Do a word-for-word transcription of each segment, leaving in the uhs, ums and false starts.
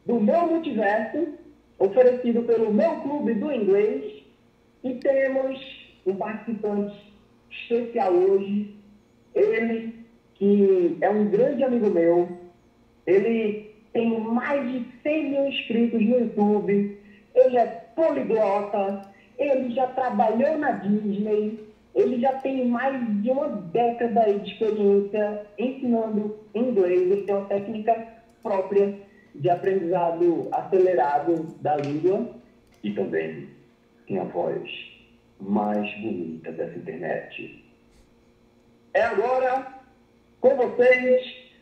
do meu multiverso, oferecido pelo meu clube do inglês. E temos um participante especial hoje, ele que é um grande amigo meu. Ele tem mais de cem mil inscritos no YouTube, ele é poliglota, ele já trabalhou na Disney, ele já tem mais de uma década de experiência ensinando inglês, ele tem uma técnica própria de aprendizado acelerado da língua e também tem a voz mais bonita dessa internet. É agora, com vocês,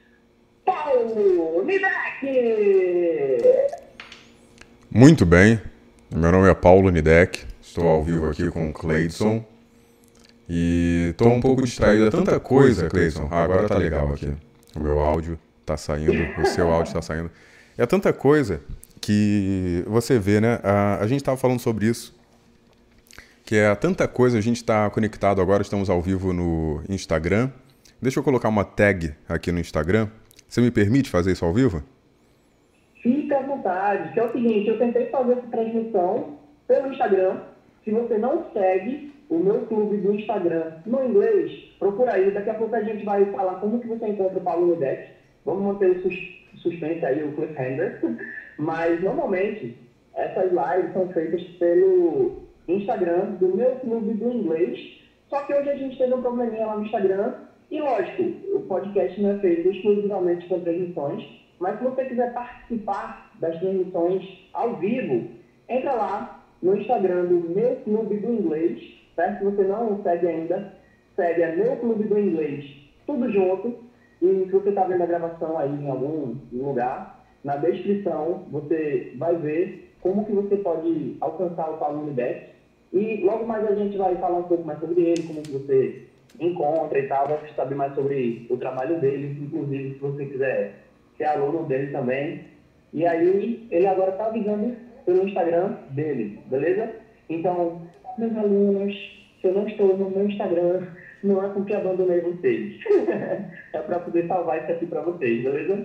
Paulo Nidek! Muito bem, meu nome é Paulo Nidek, estou ao vivo aqui com o Cleidson e estou um pouco distraído, é tanta coisa, Cleidson, ah, agora tá legal aqui, o meu áudio tá saindo, o seu áudio tá saindo, é tanta coisa que você vê, né, a, a gente tava falando sobre isso, que é tanta coisa, a gente está conectado agora, estamos ao vivo no Instagram, deixa eu colocar uma tag aqui no Instagram, você me permite fazer isso ao vivo? Fica à vontade, que é o seguinte, eu tentei fazer essa transmissão pelo Instagram. Se você não segue o meu clube do Instagram no inglês, procura aí, daqui a pouco a gente vai falar como que você encontra o Paulo Nidek. Vamos manter o sus- suspense aí, o cliffhanger. Mas, normalmente, essas lives são feitas pelo Instagram do meu clube do inglês. Só que hoje a gente teve um probleminha lá no Instagram. E, lógico, o podcast não é feito exclusivamente com transmissões. Mas se você quiser participar das transmissões ao vivo, entra lá no Instagram do Meu Clube do Inglês, certo? Se você não segue ainda, segue a Meu Clube do Inglês, tudo junto. E se você está vendo a gravação aí em algum lugar, na descrição você vai ver como que você pode alcançar o Paulo Nidek. E logo mais a gente vai falar um pouco mais sobre ele, como que você encontra e tal, vai saber mais sobre o trabalho dele, inclusive se você quiser ser aluno dele também. E aí, ele agora está avisando pelo Instagram dele, beleza? Então, meus alunos, se eu não estou no meu Instagram, não é porque abandonei vocês. É para poder salvar isso aqui para vocês, beleza?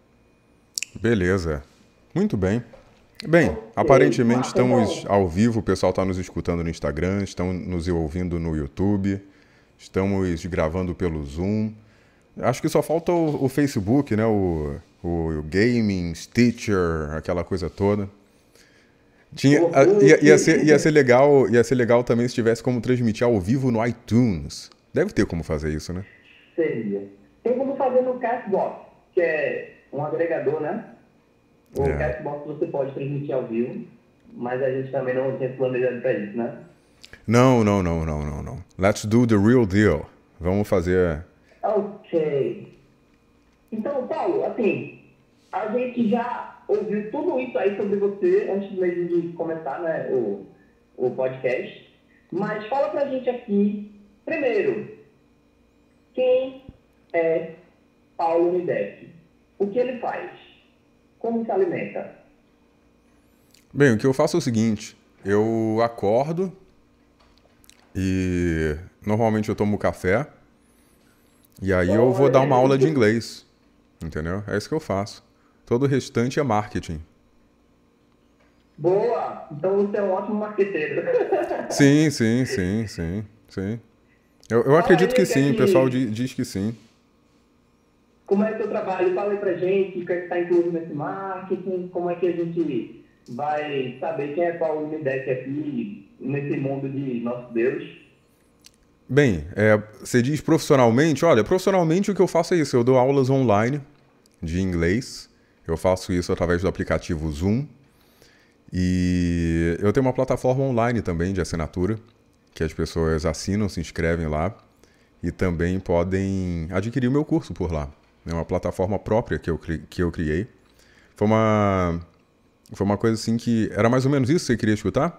Beleza, muito bem. Bem, Ok, aparentemente massa, estamos então. ao vivo, o pessoal está nos escutando no Instagram, estão nos ouvindo no YouTube, estamos gravando pelo Zoom. Acho que só falta o, o Facebook, né? O, o, o Gaming, Stitcher, aquela coisa toda. Tinha, O a- ia, Orkut. ia, ser, ia, ser legal, ia ser legal também se tivesse como transmitir ao vivo no iTunes. Deve ter como fazer isso, né? Seria. Tem como fazer no Castbox, que é um agregador, né? O É. Castbox você pode transmitir ao vivo, mas a gente também não tinha planejado para isso, né? Não, não, não, não, não, não. Let's do the real deal. Vamos fazer. Ok. Então, Paulo, assim, a gente já ouviu tudo isso aí sobre você antes mesmo de começar, né, o, o podcast. Mas fala pra gente aqui, primeiro, quem é Paulo Nidek? O que ele faz? Como se alimenta? Bem, o que eu faço é o seguinte: eu acordo e normalmente eu tomo café e aí eu vou Olha, dar uma aula de inglês. Entendeu? É isso que eu faço. Todo o restante é marketing. boa! Então você é um ótimo marqueteiro. Sim, sim, sim, sim, sim. Eu, eu Fala acredito aí que o que é sim, o pessoal que, di- diz que sim. como é o seu trabalho? Fala aí pra gente o que é que está incluído nesse marketing, como é que a gente vai saber quem é Paulo Nidek aqui nesse mundo de nosso Deus. Bem, é, você diz profissionalmente? Olha, profissionalmente o que eu faço é isso. Eu dou aulas online de inglês. Eu faço isso através do aplicativo Zoom. E eu tenho uma plataforma online também de assinatura, que as pessoas assinam, se inscrevem lá e também podem adquirir o meu curso por lá. É uma plataforma própria que eu, cri- que eu criei. Foi uma, foi uma coisa assim que... Era mais ou menos isso que você queria escutar?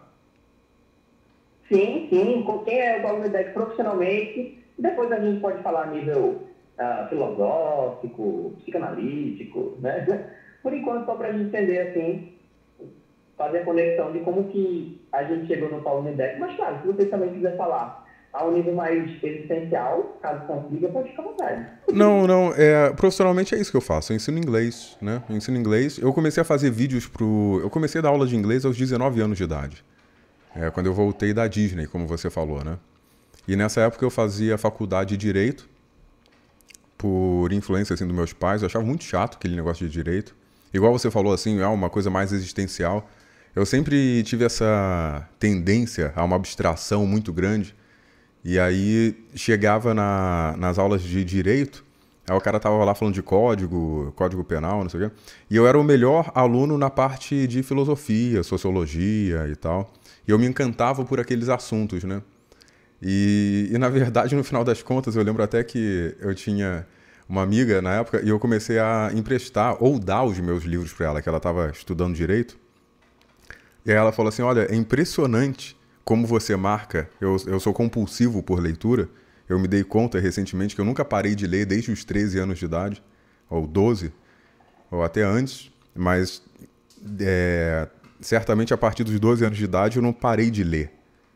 Sim, sim, com quem é o Paulo Nidek profissionalmente. Depois a gente pode falar a nível ah, filosófico, psicanalítico, né? Por enquanto, só para a gente entender assim, fazer a conexão de como que a gente chegou no Paulo Nidek. Mas claro, se você também quiser falar ao nível mais existencial, caso consiga, pode ficar à vontade. Não, não, é, profissionalmente é isso que eu faço, eu ensino inglês, né? Eu ensino inglês. Eu comecei a fazer vídeos pro... Eu comecei a dar aula de inglês aos dezenove anos de idade. É, quando eu voltei da Disney, como você falou, né? E nessa época eu fazia faculdade de Direito, por influência, assim, dos meus pais. Eu achava muito chato aquele negócio de Direito. Igual você falou, assim, é uma coisa mais existencial. Eu sempre tive essa tendência a uma abstração muito grande. E aí chegava na, nas aulas de direito, aí o cara tava lá falando de código, código penal, não sei o quê. E eu era o melhor aluno na parte de filosofia, sociologia e tal. E eu me encantava por aqueles assuntos, né? E, e na verdade, no final das contas, eu lembro até que eu tinha uma amiga na época e eu comecei a emprestar ou dar os meus livros para ela, que ela estava estudando direito. E aí ela falou assim, olha, é impressionante como você marca, eu, eu sou compulsivo por leitura, eu me dei conta recentemente que eu nunca parei de ler desde os treze anos de idade, ou doze, ou até antes, mas é, certamente a partir dos doze anos de idade eu não parei de ler.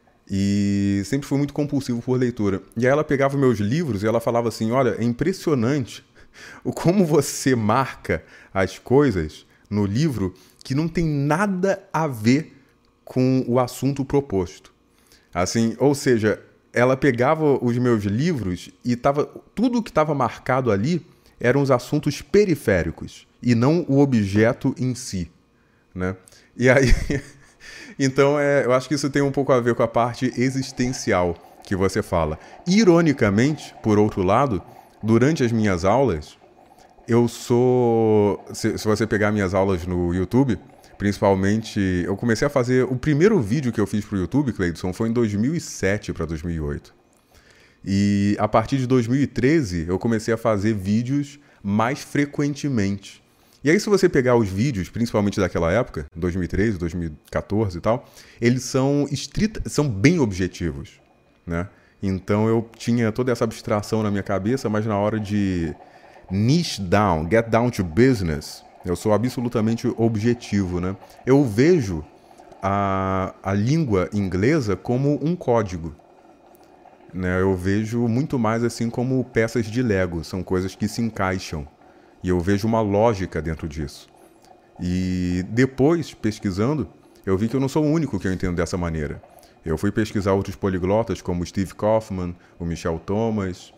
E sempre fui muito compulsivo por leitura. E aí ela pegava meus livros e ela falava assim, olha, é impressionante o como você marca as coisas no livro que não tem nada a ver com o assunto proposto. Assim, ou seja, ela pegava os meus livros e tava, tudo que estava marcado ali eram os assuntos periféricos e não o objeto em si, né? E aí, então é, eu acho que isso tem um pouco a ver com a parte existencial que você fala. Ironicamente, por outro lado, durante as minhas aulas, eu sou, se, se você pegar minhas aulas no YouTube, principalmente, eu comecei a fazer... O primeiro vídeo que eu fiz para o YouTube, Cleidson, foi em dois mil e sete para dois mil e oito. E a partir de dois mil e treze, eu comecei a fazer vídeos mais frequentemente. E aí, se você pegar os vídeos, principalmente daquela época, dois mil e treze, dois mil e quatorze e tal, eles são, estrita, são bem objetivos, né? Então, eu tinha toda essa abstração na minha cabeça, mas na hora de niche down, get down to business... Eu sou absolutamente objetivo, né? Eu vejo a, a língua inglesa como um código, né? Eu vejo muito mais assim como peças de Lego, são coisas que se encaixam. E eu vejo uma lógica dentro disso. E depois, pesquisando, eu vi que eu não sou o único que eu entendo dessa maneira. Eu fui pesquisar outros poliglotas, como Steve Kaufman, o Michel Thomas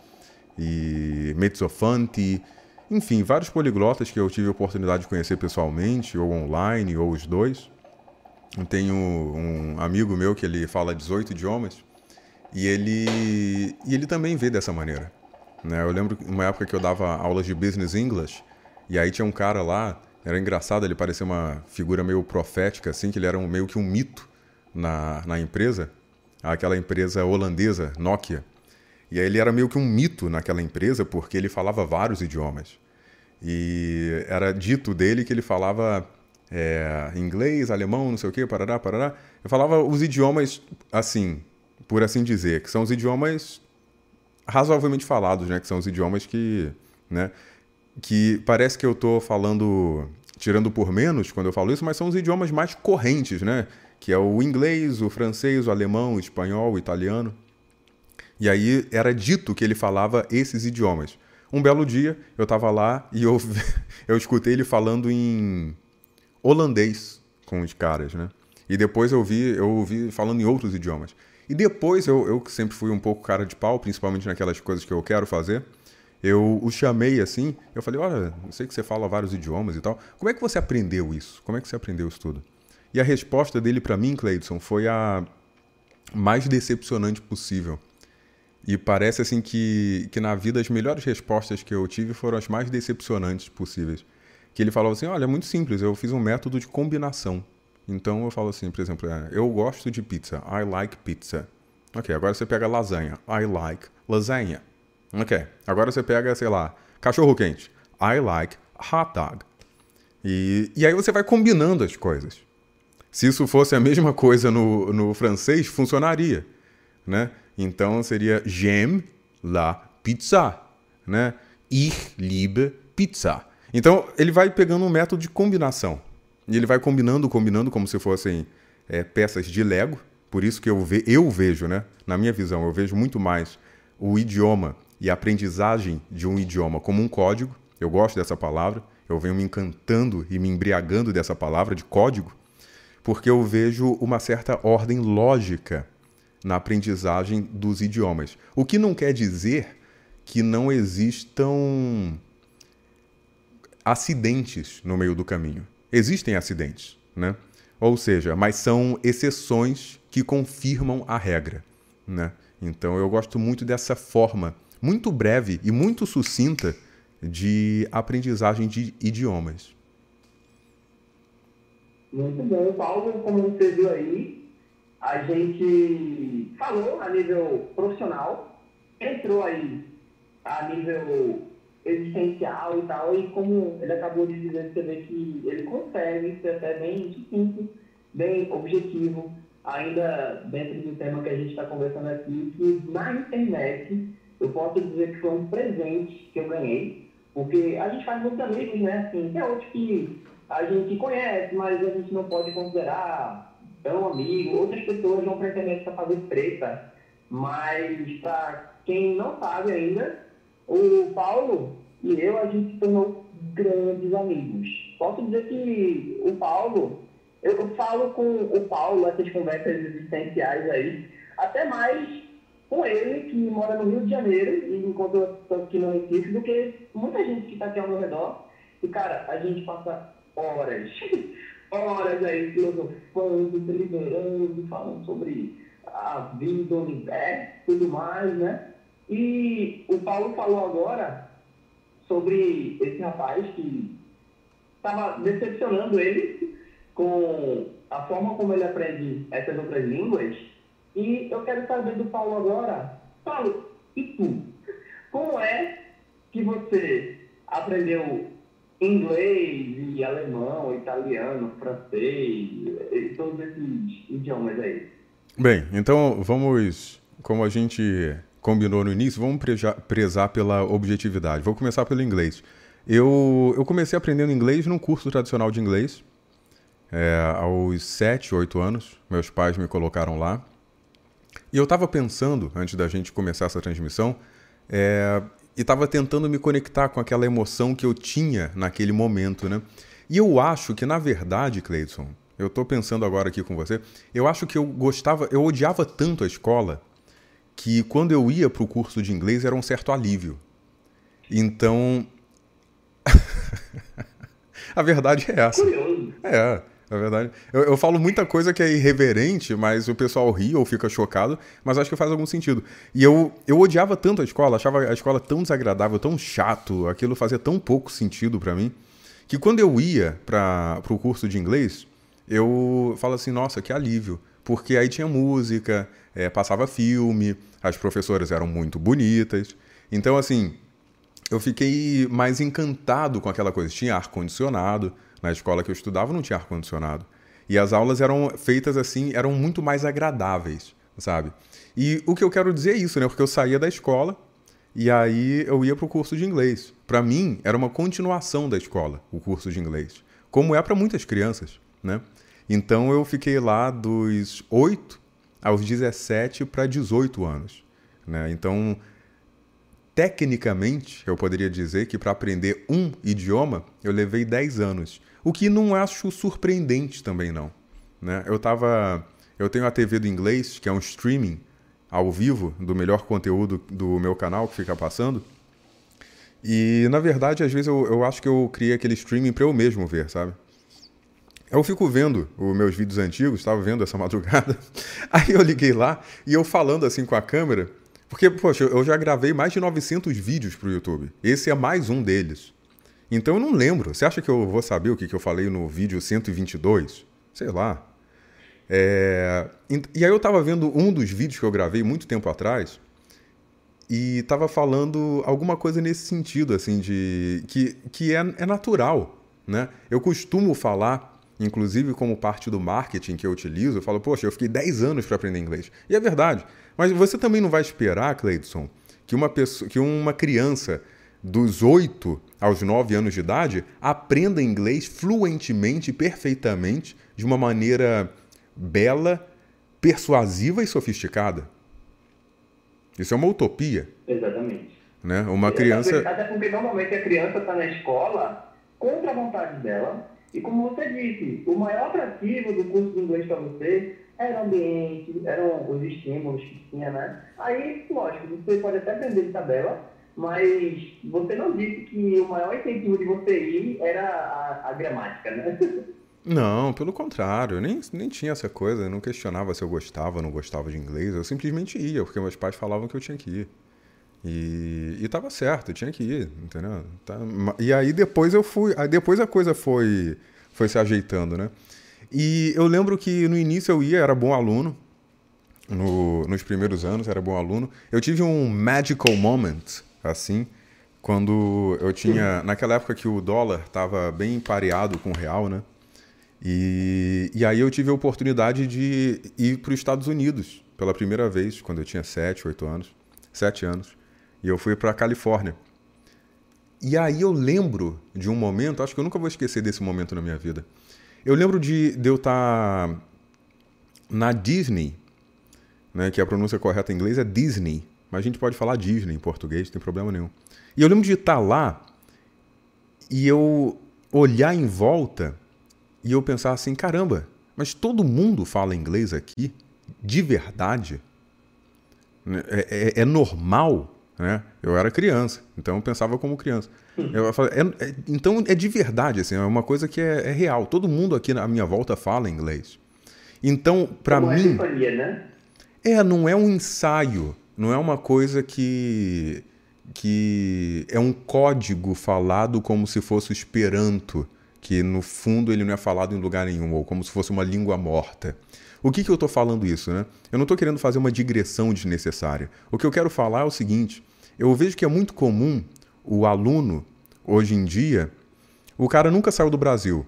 e Mezzofanti. Enfim, vários poliglotas que eu tive a oportunidade de conhecer pessoalmente, ou online, ou os dois. Eu tenho um amigo meu que ele fala dezoito idiomas e ele, e ele também vê dessa maneira, né? Eu lembro uma época que eu dava aulas de Business English e aí tinha um cara lá, era engraçado, ele parecia uma figura meio profética, assim, que ele era um, meio que um mito na, na empresa, aquela empresa holandesa, Nokia. E aí ele era meio que um mito naquela empresa porque ele falava vários idiomas. E era dito dele que ele falava é, inglês, alemão, não sei o quê, parará, parará. Eu falava os idiomas, assim, por assim dizer, que são os idiomas razoavelmente falados, né? Que são os idiomas que, né? Que parece que eu estou falando, tirando por menos quando eu falo isso, mas são os idiomas mais correntes, né? Que é o inglês, o francês, o alemão, o espanhol, o italiano. E aí era dito que ele falava esses idiomas. Um belo dia, eu estava lá e eu, eu escutei ele falando em holandês com os caras, né? E depois eu vi, eu ouvi falando em outros idiomas. E depois, eu, eu que sempre fui um pouco cara de pau, principalmente naquelas coisas que eu quero fazer, eu o chamei assim, eu falei, olha, eu sei que você fala vários idiomas e tal, como é que você aprendeu isso? Como é que você aprendeu isso tudo? E a resposta dele para mim, Cleidson, foi a mais decepcionante possível. E parece assim que, que na vida as melhores respostas que eu tive foram as mais decepcionantes possíveis. Que ele falou assim, olha, é muito simples, eu fiz um método de combinação. Então eu falo assim, por exemplo, eu gosto de pizza, I like pizza. Ok, agora você pega lasanha, I like lasanha. Ok, agora você pega, sei lá, cachorro quente, I like hot dog. E, e aí você vai combinando as coisas. Se isso fosse a mesma coisa no, no francês, funcionaria, né? Então seria j'aime la pizza, né? Ich liebe pizza. Então ele vai pegando um método de combinação. E ele vai combinando, combinando como se fossem é, peças de Lego, Por isso que eu, ve eu vejo, né? Na minha visão, eu vejo muito mais o idioma e a aprendizagem de um idioma como um código. Eu gosto dessa palavra. Eu venho me encantando e me embriagando dessa palavra de código, porque eu vejo uma certa ordem lógica na aprendizagem dos idiomas. O que não quer dizer que não existam acidentes no meio do caminho. Existem acidentes, né? Ou seja, mas são exceções que confirmam a regra, né? Então eu gosto muito dessa forma, muito breve e muito sucinta, de aprendizagem de idiomas. Muito bom, Paulo, como você viu aí, a gente falou a nível profissional, entrou aí a nível existencial e tal, e como ele acabou de dizer, você vê que ele consegue ser até bem sucinto, bem objetivo, ainda dentro do tema que a gente está conversando aqui, que na internet eu posso dizer que foi um presente que eu ganhei, porque a gente faz muitos amigos, né, assim, que é outro que a gente conhece, mas a gente não pode considerar tão amigo. Outras pessoas vão para a internet para fazer treta, mas para quem não sabe ainda, o Paulo e eu, a gente se tornou grandes amigos. Posso dizer que o Paulo, eu, eu falo com o Paulo, essas conversas existenciais aí, até mais com ele, que mora no Rio de Janeiro, e enquanto eu estou aqui no Recife, do que muita gente que está aqui ao meu redor. E, cara, a gente passa horas, horas aí filosofando, deliberando, falando sobre a vida, o universo, tudo mais, né? E o Paulo falou agora sobre esse rapaz que estava decepcionando ele com a forma como ele aprende essas outras línguas. E eu quero saber do Paulo agora, Paulo, e tu? Como é que você aprendeu inglês e alemão, italiano, francês, e todos esses idiomas aí? Bem, então vamos, como a gente combinou no início, vamos preja, prezar pela objetividade. Vou começar pelo inglês. Eu, eu comecei aprendendo inglês num curso tradicional de inglês, é, aos sete, oito anos. Meus pais me colocaram lá. E eu estava pensando, antes da gente começar essa transmissão, é, e estava tentando me conectar com aquela emoção que eu tinha naquele momento, né? E eu acho que, na verdade, Cleidson, eu estou pensando agora aqui com você, eu acho que eu gostava, eu odiava tanto a escola, que quando eu ia para o curso de inglês era um certo alívio. Então, a verdade é essa. Curioso. É, é verdade. Eu, eu falo muita coisa que é irreverente, mas o pessoal ri ou fica chocado, mas acho que faz algum sentido. E eu, eu odiava tanto a escola, achava a escola tão desagradável, tão chato, aquilo fazia tão pouco sentido para mim, que quando eu ia para o curso de inglês, eu falo assim, nossa, que alívio. Porque aí tinha música, é, passava filme, as professoras eram muito bonitas. Então, assim, eu fiquei mais encantado com aquela coisa. Tinha ar-condicionado. Na escola que eu estudava não tinha ar-condicionado. E as aulas eram feitas assim, eram muito mais agradáveis, sabe? E o que eu quero dizer é isso, né? Porque eu saía da escola e aí eu ia para o curso de inglês. Para mim, era uma continuação da escola, o curso de inglês. Como é para muitas crianças, né? Então eu fiquei lá dos oito aos dezessete para dezoito anos, né? Então, tecnicamente, eu poderia dizer que para aprender um idioma, eu levei dez anos. O que não acho surpreendente também, não, né? Eu tava, eu tenho a T V do inglês, que é um streaming ao vivo do melhor conteúdo do meu canal, que fica passando. E, na verdade, às vezes eu, eu acho que eu criei aquele streaming para eu mesmo ver, sabe? Eu fico vendo os meus vídeos antigos, estava vendo essa madrugada, aí eu liguei lá e eu falando assim com a câmera, porque, poxa, eu já gravei mais de novecentos vídeos para o YouTube. Esse é mais um deles. Então eu não lembro. Você acha que eu vou saber o que eu falei no vídeo cento e vinte e dois? Sei lá. É... E aí eu estava vendo um dos vídeos que eu gravei muito tempo atrás e estava falando alguma coisa nesse sentido, assim, de que, que é, é natural, né? Eu costumo falar, inclusive como parte do marketing que eu utilizo, eu falo, poxa, eu fiquei dez anos para aprender inglês. E é verdade. Mas você também não vai esperar, Cleidson, que uma, pessoa, que uma criança dos oito aos nove anos de idade aprenda inglês fluentemente, perfeitamente, de uma maneira bela, persuasiva e sofisticada. Isso é uma utopia. Exatamente. Né? Uma criança... Até porque normalmente a criança está na escola contra a vontade dela. E como você disse, o maior atrativo do curso de inglês para você era o ambiente, eram os estímulos que tinha, né? Aí, lógico, você pode até aprender de tabela, mas você não disse que o maior incentivo de você ir era a, a gramática, né? Não, pelo contrário, eu nem, nem tinha essa coisa, eu não questionava se eu gostava ou não gostava de inglês, eu simplesmente ia, porque meus pais falavam que eu tinha que ir. E, e tava certo, eu tinha que ir, entendeu? Tá, e aí depois eu fui, aí depois a coisa foi, foi se ajeitando, né? E eu lembro que no início eu ia, era bom aluno, no, nos primeiros anos era bom aluno. Eu tive um magical moment, assim, quando eu tinha, naquela época que o dólar tava bem pareado com o real, né? E, e aí eu tive a oportunidade de ir para os Estados Unidos pela primeira vez, quando eu tinha sete, oito anos, sete anos. E eu fui para a Califórnia. E aí eu lembro de um momento, acho que eu nunca vou esquecer desse momento na minha vida. Eu lembro de, de eu estar na Disney, né, que a pronúncia correta em inglês é Disney, mas a gente pode falar Disney em português, não tem problema nenhum. E eu lembro de estar lá e eu olhar em volta e eu pensar assim, caramba, mas todo mundo fala inglês aqui? De verdade? É, é, é normal? Né? Eu era criança, então eu pensava como criança. Eu falei, é, é, então é de verdade, assim, é uma coisa que é, é real. Todo mundo aqui à minha volta fala inglês. Então, para mim... Epifania, né? É, não é um ensaio, não é uma coisa que, que é um código falado como se fosse o Esperanto, que no fundo ele não é falado em lugar nenhum, ou como se fosse uma língua morta. O que, que eu estou falando isso, né? Eu não estou querendo fazer uma digressão desnecessária. O que eu quero falar é o seguinte, eu vejo que é muito comum o aluno, hoje em dia, o cara nunca saiu do Brasil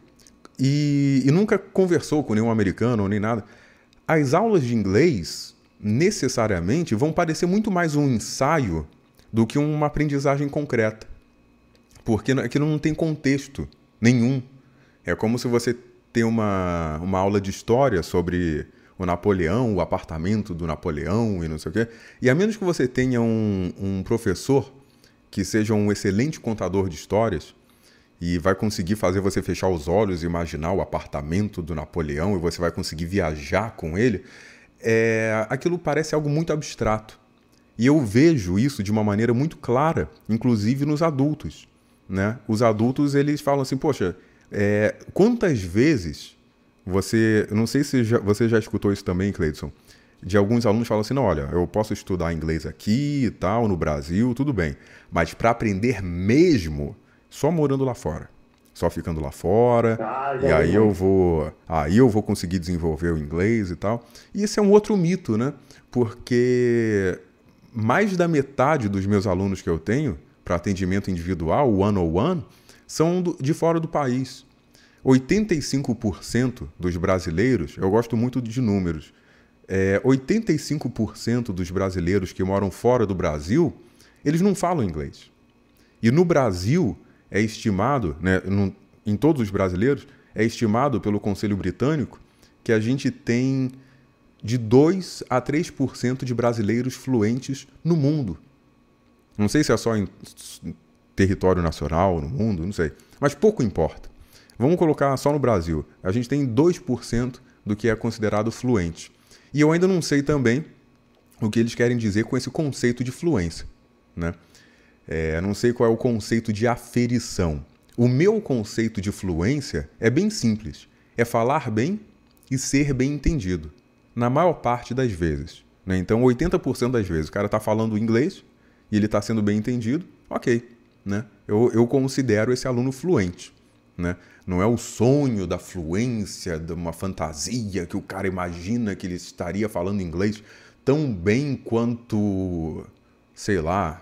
e, e nunca conversou com nenhum americano ou nem nada. As aulas de inglês, necessariamente, vão parecer muito mais um ensaio do que uma aprendizagem concreta. Porque aquilo não tem contexto nenhum. É como se você tem uma, uma aula de história sobre o Napoleão, o apartamento do Napoleão e não sei o quê. E a menos que você tenha um, um professor que seja um excelente contador de histórias e vai conseguir fazer você fechar os olhos e imaginar o apartamento do Napoleão e você vai conseguir viajar com ele, é, aquilo parece algo muito abstrato. E eu vejo isso de uma maneira muito clara, inclusive nos adultos. Né? Os adultos, eles falam assim, poxa, é, quantas vezes você... Eu não sei se já, você já escutou isso também, Cleidson, de alguns alunos falam assim, não, olha, eu posso estudar inglês aqui e tal, no Brasil, tudo bem, mas para aprender mesmo, só morando lá fora. Só ficando lá fora, ah, e aí eu vou, aí eu vou conseguir desenvolver o inglês e tal. E esse é um outro mito, né? Porque mais da metade dos meus alunos que eu tenho para atendimento individual, one-on-one, são do, de fora do país. oitenta e cinco por cento dos brasileiros, eu gosto muito de números, é, oitenta e cinco por cento dos brasileiros que moram fora do Brasil, eles não falam inglês. E no Brasil é estimado, né, no, em todos os brasileiros, é estimado pelo Conselho Britânico que a gente tem de dois a três por cento de brasileiros fluentes no mundo. Não sei se é só em território nacional, no mundo, não sei. Mas pouco importa. Vamos colocar só no Brasil. A gente tem dois por cento do que é considerado fluente. E eu ainda não sei também o que eles querem dizer com esse conceito de fluência. Né? É, não sei qual é o conceito de aferição. O meu conceito de fluência é bem simples. É falar bem e ser bem entendido. Na maior parte das vezes. Né? Então, oitenta por cento das vezes o cara está falando inglês e ele está sendo bem entendido, ok. Né? Eu, eu considero esse aluno fluente. Né? Não é o sonho da fluência, de uma fantasia que o cara imagina que ele estaria falando inglês tão bem quanto, sei lá,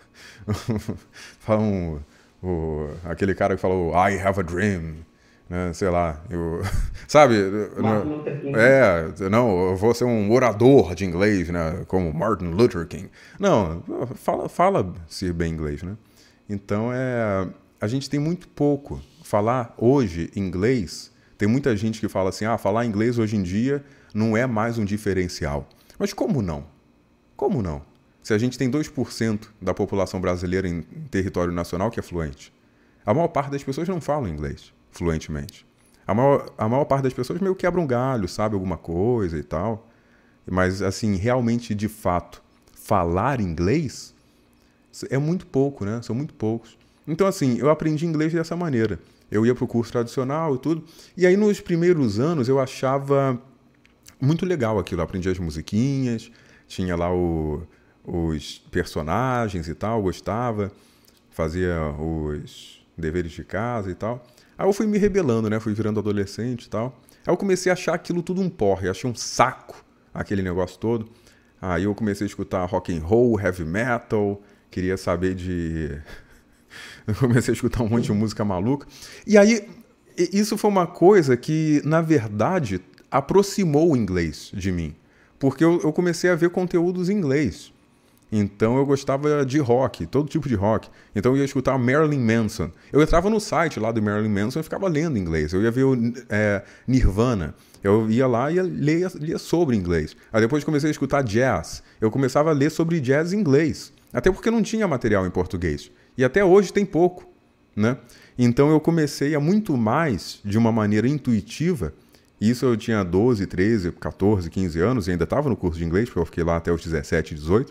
falam, o, aquele cara que falou I have a dream, né? Sei lá, eu, sabe? Não, é, não, eu vou ser um orador de inglês, né? Como Martin Luther King. Não, fala, fala-se bem inglês, né? Então, é, a gente tem muito pouco. Falar hoje inglês Tem muita gente que fala assim, ah, falar inglês hoje em dia não é mais um diferencial. Mas como não? Como não? Se a gente tem dois por cento da população brasileira em território nacional que é fluente. A maior parte das pessoas não fala inglês fluentemente. A maior, a maior parte das pessoas meio que quebra um galho, sabe alguma coisa e tal. Mas, assim, realmente, de fato, falar inglês é muito pouco, né? São muito poucos. Então, assim, eu aprendi inglês dessa maneira. Eu ia pro curso tradicional e tudo. E aí, nos primeiros anos, eu achava muito legal aquilo. Eu aprendi as musiquinhas, tinha lá o, os personagens e tal, gostava. Fazia os deveres de casa e tal. Aí eu fui me rebelando, né? Fui virando adolescente e tal. Aí eu comecei a achar aquilo tudo um porre. Achei um saco aquele negócio todo. Aí eu comecei a escutar rock and roll, heavy metal. Queria saber de... eu comecei a escutar um monte de música maluca. E aí, isso foi uma coisa que, na verdade, aproximou o inglês de mim. Porque eu, eu comecei a ver conteúdos em inglês. Então eu gostava de rock, todo tipo de rock. Então eu ia escutar Marilyn Manson. Eu entrava no site lá do Marilyn Manson e ficava lendo inglês. Eu ia ver o é, Nirvana. Eu ia lá e ia ler, lia sobre inglês. Aí depois comecei a escutar jazz. Eu começava a ler sobre jazz em inglês. Até porque não tinha material em português. E até hoje tem pouco, né? Então eu comecei a muito mais, de uma maneira intuitiva. Isso eu tinha doze, treze, quatorze, quinze anos e ainda estava no curso de inglês, porque eu fiquei lá até os dezessete, dezoito.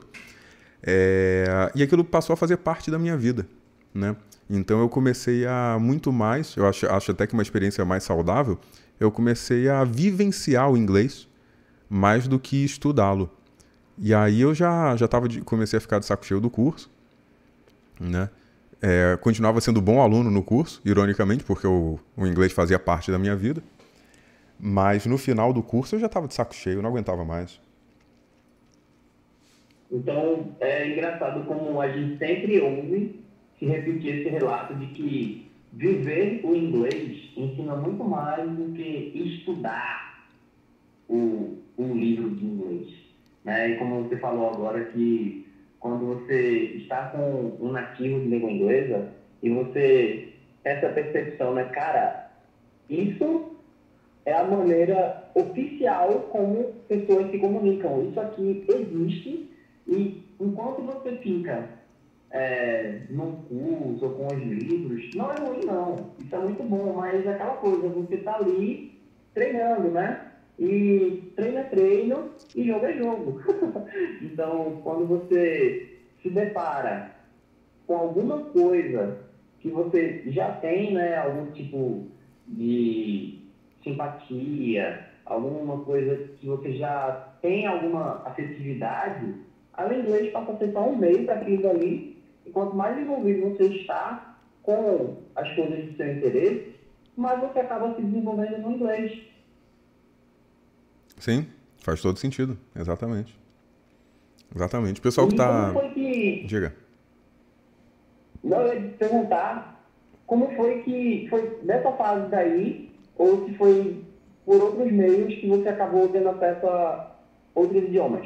É... E aquilo passou a fazer parte da minha vida, né? Então eu comecei a muito mais, eu acho, acho até que uma experiência mais saudável, eu comecei a vivenciar o inglês mais do que estudá-lo. E aí eu já, já tava de, comecei a ficar de saco cheio do curso, né? É, continuava sendo bom aluno no curso, ironicamente, porque o, o inglês fazia parte da minha vida. Mas no final do curso eu já estava de saco cheio, eu não aguentava mais. Então, é engraçado como a gente sempre ouve se repetir esse relato de que viver o inglês ensina muito mais do que estudar o, o livro de inglês. Né? E como você falou agora, que quando você está com um nativo de língua inglesa e você essa percepção, né, cara, isso é a maneira oficial como pessoas se comunicam. Isso aqui existe. E enquanto você fica é, num curso ou com os livros, não é ruim não, isso é muito bom, mas é aquela coisa, você está ali treinando, né? E treino é treino e jogo é jogo. Então, quando você se depara com alguma coisa que você já tem, né, algum tipo de simpatia, alguma coisa que você já tem alguma afetividade, o inglês passa a ser só um meio para aquilo ali, e quanto mais envolvido você está com as coisas do seu interesse, mais você acaba se desenvolvendo no inglês. Sim, faz todo sentido, exatamente. Exatamente. O pessoal que está... Como foi que... Diga. Não, eu ia te perguntar como foi que foi nessa fase daí, ou se foi por outros meios que você acabou tendo acesso a outros idiomas.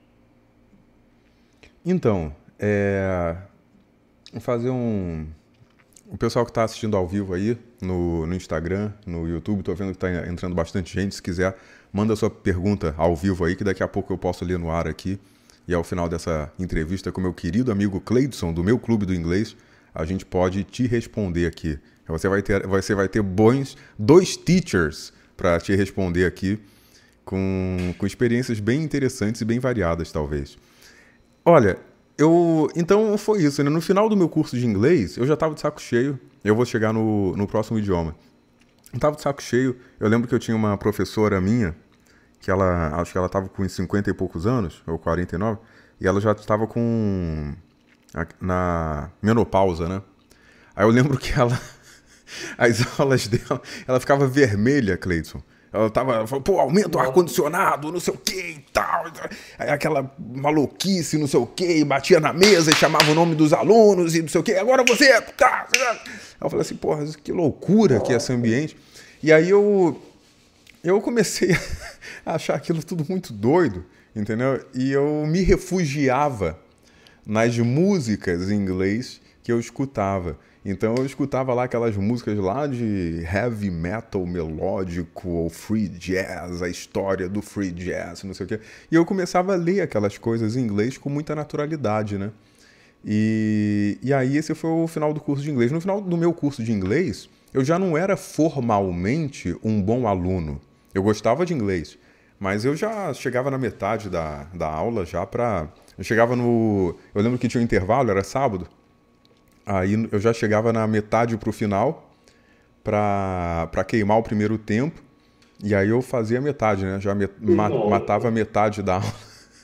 Então, é... vou fazer um... O pessoal que está assistindo ao vivo aí, no, no Instagram, no YouTube, estou vendo que está entrando bastante gente. Se quiser, manda sua pergunta ao vivo aí, que daqui a pouco eu posso ler no ar aqui. E ao final dessa entrevista com meu querido amigo Cleidson, do meu Clube do Inglês, a gente pode te responder aqui. Você vai ter, você vai ter bons dois teachers para te responder aqui, com, com experiências bem interessantes e bem variadas, talvez. Olha, eu... Então foi isso, né? No final do meu curso de inglês, eu já estava de saco cheio. Eu vou chegar no, no próximo idioma. Eu estava de saco cheio. Eu lembro que eu tinha uma professora minha, que ela... Acho que ela estava com cinquenta e poucos anos, ou quarenta e nove, e ela já estava com... na menopausa, né? Aí eu lembro que ela... As aulas dela... Ela ficava vermelha, Cleidson. Ela tava, ela falou, pô, aumenta o ar-condicionado, não sei o que e tal. Aí aquela maluquice, não sei o que, batia na mesa e chamava o nome dos alunos e não sei o que. Agora você... Tá. Aí eu falei assim, porra, que loucura que é esse ambiente. E aí eu, eu comecei a achar aquilo tudo muito doido, entendeu? E eu me refugiava nas músicas em inglês que eu escutava. Então eu escutava lá aquelas músicas lá de heavy metal melódico ou free jazz, a história do free jazz, não sei o quê. E eu começava a ler aquelas coisas em inglês com muita naturalidade, né? E, e aí esse foi o final do curso de inglês. No final do meu curso de inglês, eu já não era formalmente um bom aluno. Eu gostava de inglês, mas eu já chegava na metade da, da aula já pra... Eu chegava no... Eu lembro que tinha um intervalo, era sábado. Aí eu já chegava na metade pro final pra, pra queimar o primeiro tempo. E aí eu fazia metade, né? Já met, ma, matava metade da aula.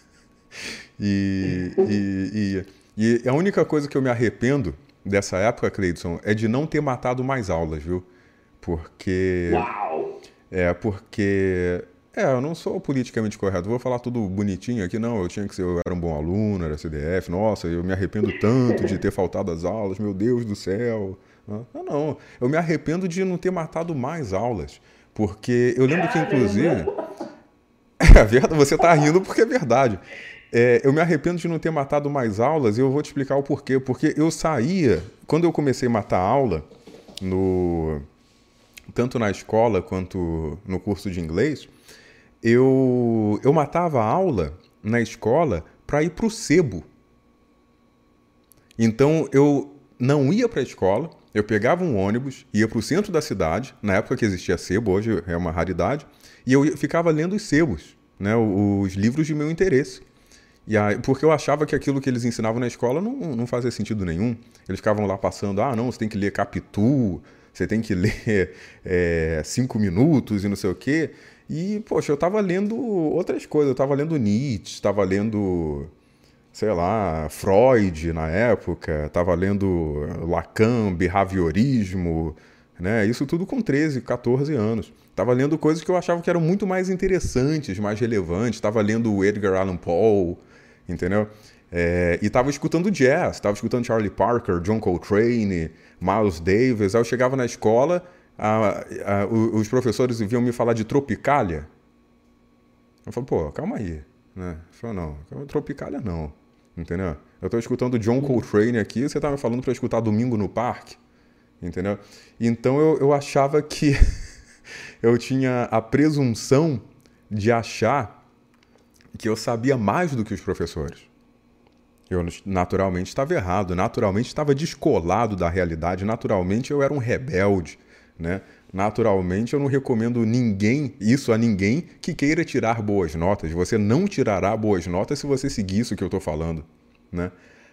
E, e, e, e a única coisa que eu me arrependo dessa época, Cleidson, é de não ter matado mais aulas, viu? Porque... Uau! É, porque... É, eu não sou politicamente correto, vou falar tudo bonitinho aqui, não, eu tinha que ser, eu era um bom aluno, era C D F, nossa, eu me arrependo tanto de ter faltado às aulas, meu Deus do céu. Não, não, eu me arrependo de não ter matado mais aulas, porque eu lembro que, inclusive... É verdade, você tá rindo porque é verdade. É, eu me arrependo de não ter matado mais aulas e eu vou te explicar o porquê. Porque eu saía, quando eu comecei a matar aula, no, tanto na escola quanto no curso de inglês, eu, eu matava a aula na escola para ir para o sebo. Então eu não ia para a escola, eu pegava um ônibus, ia para o centro da cidade, na época que existia sebo, hoje é uma raridade, e eu ficava lendo os sebos, né, os livros de meu interesse. E aí, porque eu achava que aquilo que eles ensinavam na escola não, não fazia sentido nenhum. Eles ficavam lá passando, ah, não, você tem que ler Capitu, você tem que ler é, Cinco Minutos e não sei o quê. E, poxa, eu estava lendo outras coisas. Eu estava lendo Nietzsche, estava lendo, sei lá, Freud na época, estava lendo Lacan, behaviorismo, né? Isso tudo com treze, quatorze anos. Estava lendo coisas que eu achava que eram muito mais interessantes, mais relevantes. Estava lendo o Edgar Allan Poe, entendeu? É, e estava escutando jazz, estava escutando Charlie Parker, John Coltrane, Miles Davis. Aí eu chegava na escola, a, a, os professores vinham me falar de Tropicália. Eu falei, pô, calma aí, né? Eu falei, não, Tropicália não, entendeu? Eu estou escutando John Coltrane aqui, você está me falando para escutar Domingo no Parque, entendeu? Então eu, eu achava que eu tinha a presunção de achar que eu sabia mais do que os professores. Eu naturalmente estava errado, naturalmente estava descolado da realidade, naturalmente eu era um rebelde, né? Naturalmente eu não recomendo ninguém, isso a ninguém que queira tirar boas notas. Você não tirará boas notas se você seguir isso que eu estou falando, né?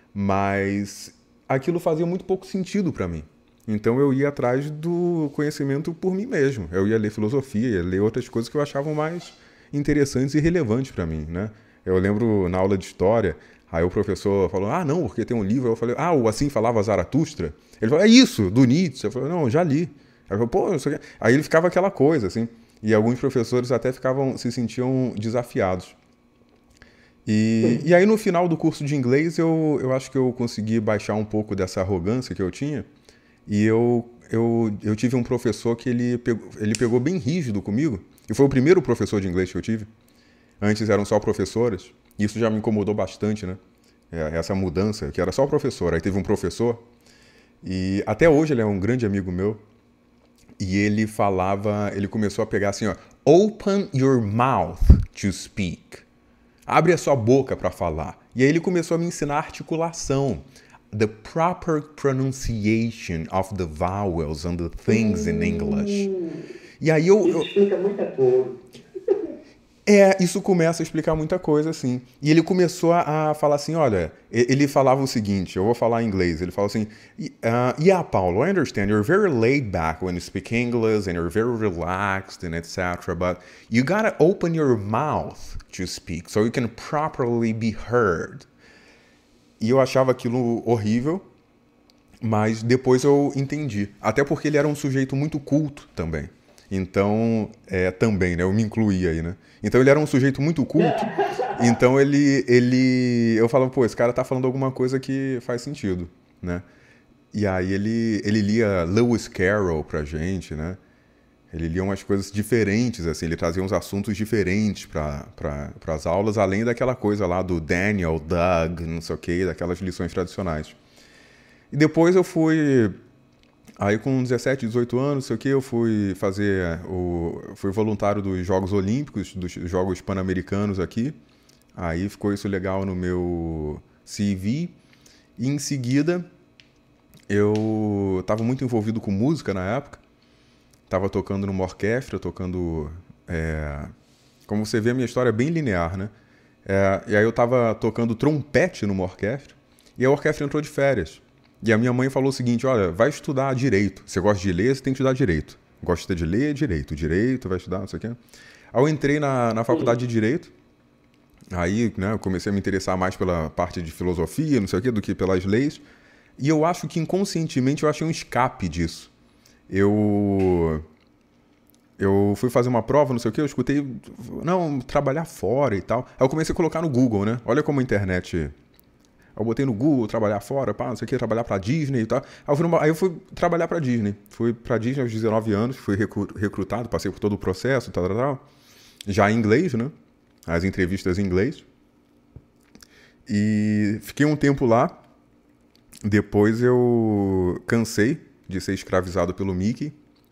Mas aquilo fazia muito pouco sentido para mim. Então eu ia atrás do conhecimento por mim mesmo. Eu ia ler filosofia, ia ler outras coisas que eu achava mais interessantes e relevantes para mim, né? Eu lembro na aula de história, aí o professor falou, ah, não, porque tem um livro. Eu falei, ah, o Assim Falava Zaratustra? Ele falou, é isso, do Nietzsche. Eu falei, não, já li. Aí, eu falei, Pô, isso aqui... aí ele ficava aquela coisa, assim. E alguns professores até ficavam, se sentiam desafiados. E, e aí no final do curso de inglês, eu, eu acho que eu consegui baixar um pouco dessa arrogância que eu tinha. E eu, eu, eu tive um professor que ele pegou, ele pegou bem rígido comigo. E foi o primeiro professor de inglês que eu tive. Antes eram só professoras. E isso já me incomodou bastante, né? Essa mudança, que era só professor. Aí teve um professor. E até hoje ele é um grande amigo meu. E ele falava, ele começou a pegar assim, ó. Open your mouth to speak. Abre a sua boca para falar. E aí ele começou a me ensinar articulação. The proper pronunciation of the vowels and the things in English. E aí eu... Isso explica muita coisa. É, isso começa a explicar muita coisa, assim. E ele começou a, a falar assim, olha, ele falava o seguinte, eu vou falar em inglês, ele falou assim, uh, yeah, Paulo, I understand, you're very laid back when you speak English, and you're very relaxed, and et cetera, but you gotta open your mouth to speak, so you can properly be heard. E eu achava aquilo horrível, mas depois eu entendi. Até porque ele era um sujeito muito culto também. Então, é, também, né? Eu me incluí aí, né? Então ele era um sujeito muito culto. Então ele, ele... Eu falava, pô, esse cara tá falando alguma coisa que faz sentido, né? E aí ele, ele lia Lewis Carroll pra gente, né? Ele lia umas coisas diferentes, assim. Ele trazia uns assuntos diferentes para pra, as aulas, além daquela coisa lá do Daniel, Doug, não sei o quê, daquelas lições tradicionais. E depois eu fui... Aí com dezessete, dezoito anos, não sei o que, eu fui fazer o... fui voluntário dos Jogos Olímpicos, dos Jogos Pan-Americanos aqui. Aí ficou isso legal no meu C V. E em seguida, eu estava muito envolvido com música na época. Estava tocando numa orquestra, tocando... É... Como você vê, a minha história é bem linear, né? É... E aí eu estava tocando trompete numa orquestra. E a orquestra entrou de férias. E a minha mãe falou o seguinte, olha, vai estudar direito. Você gosta de ler, você tem que estudar direito. Gosta de ler, direito. Direito, vai estudar, não sei o quê. Aí eu entrei na, na faculdade de Direito. Aí, né, eu comecei a me interessar mais pela parte de filosofia, não sei o quê, do que pelas leis. E eu acho que inconscientemente eu achei um escape disso. Eu... Eu fui fazer uma prova, não sei o quê, eu escutei... Não, trabalhar fora e tal. Aí eu comecei a colocar no Google, né? Olha como a internet... Eu botei no Google, trabalhar fora, pá, não sei o que, trabalhar pra Disney e tal. Aí eu fui, numa, aí eu fui trabalhar pra Disney. Fui pra Disney aos dezenove anos, fui recrutado, passei por todo o processo, tal, tal, tal. Já em inglês, né? As entrevistas em inglês. E fiquei um tempo lá. Depois eu cansei de ser escravizado pelo Mickey.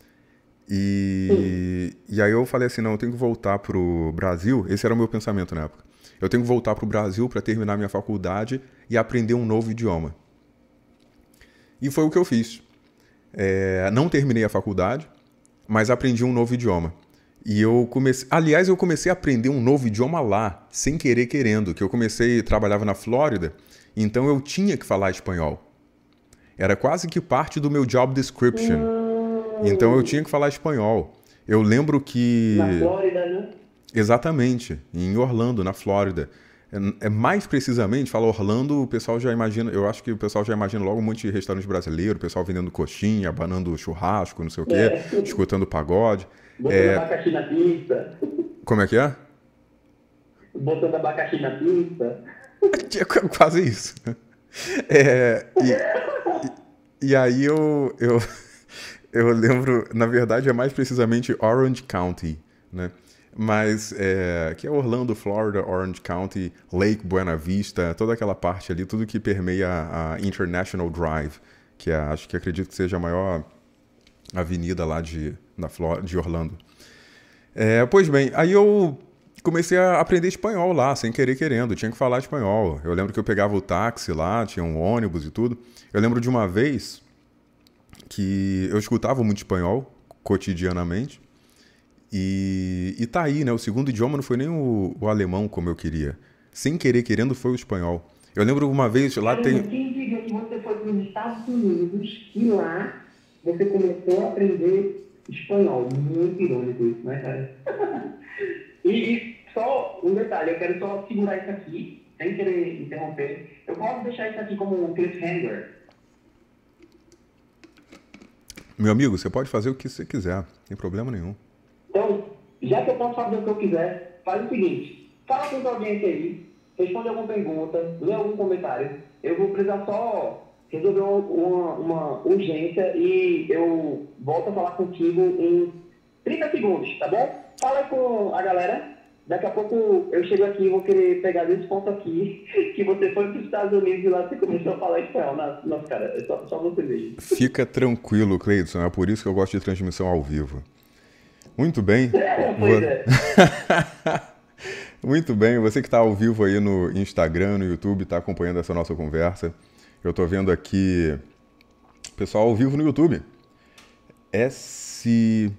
E, e aí eu falei assim, não, eu tenho que voltar pro Brasil. Esse era o meu pensamento na época. Eu tenho que voltar para o Brasil para terminar minha faculdade e aprender um novo idioma. E foi o que eu fiz. É, não terminei a faculdade, mas aprendi um novo idioma. E eu comecei... Aliás, eu comecei a aprender um novo idioma lá, sem querer querendo. Que eu comecei, trabalhava na Flórida, então eu tinha que falar espanhol. Era quase que parte do meu job description. Então eu tinha que falar espanhol. Eu lembro que... Na Flórida, né? Exatamente, em Orlando, na Flórida. É, é mais precisamente, fala Orlando, o pessoal já imagina, eu acho que o pessoal já imagina logo um monte de restaurante brasileiro, o pessoal vendendo coxinha, abanando churrasco, não sei o quê, é. escutando pagode. Botando é... abacaxi na pista. Como é que é? Botando abacaxi na pista. É quase isso. É, e, e, e aí eu, eu, eu lembro, na verdade é mais precisamente Orange County, né? Mas, é, que é Orlando, Florida, Orange County, Lake Buena Vista, toda aquela parte ali, tudo que permeia a International Drive, que é, acho que acredito que seja a maior avenida lá de, na Flor- de Orlando. É, pois bem, aí eu comecei a aprender espanhol lá, sem querer querendo, tinha que falar espanhol. Eu lembro que eu pegava o táxi lá, tinha um ônibus e tudo. Eu lembro de uma vez que eu escutava muito espanhol, cotidianamente. E, e tá aí, né? O segundo idioma não foi nem o, o alemão como eu queria. Sem querer querendo foi o espanhol. Eu lembro uma vez lá eu tem... Quem diga que você foi para os Estados Unidos e lá você começou a aprender espanhol. Muito irônico isso, né, cara? e, e só um detalhe, eu quero só segurar isso aqui, sem querer interromper. Eu posso deixar isso aqui como um cliffhanger. Meu amigo, você pode fazer o que você quiser, não tem problema nenhum. Então, já que eu posso fazer o que eu quiser, faz o seguinte, fala com a audiência aí, responde alguma pergunta, lê algum comentário. Eu vou precisar só resolver uma, uma urgência e eu volto a falar contigo em trinta segundos, tá bom? Fala com a galera, daqui a pouco eu chego aqui e vou querer pegar desse ponto aqui, que você foi para os Estados Unidos e lá você começou a falar espanhol. Nossa, cara, é só, só você mesmo. Fica tranquilo, Cleidson, é por isso que eu gosto de transmissão ao vivo. Muito bem. Pois é. Muito bem, você que está ao vivo aí no Instagram, no YouTube, está acompanhando essa nossa conversa. Eu estou vendo aqui pessoal ao vivo no YouTube. S...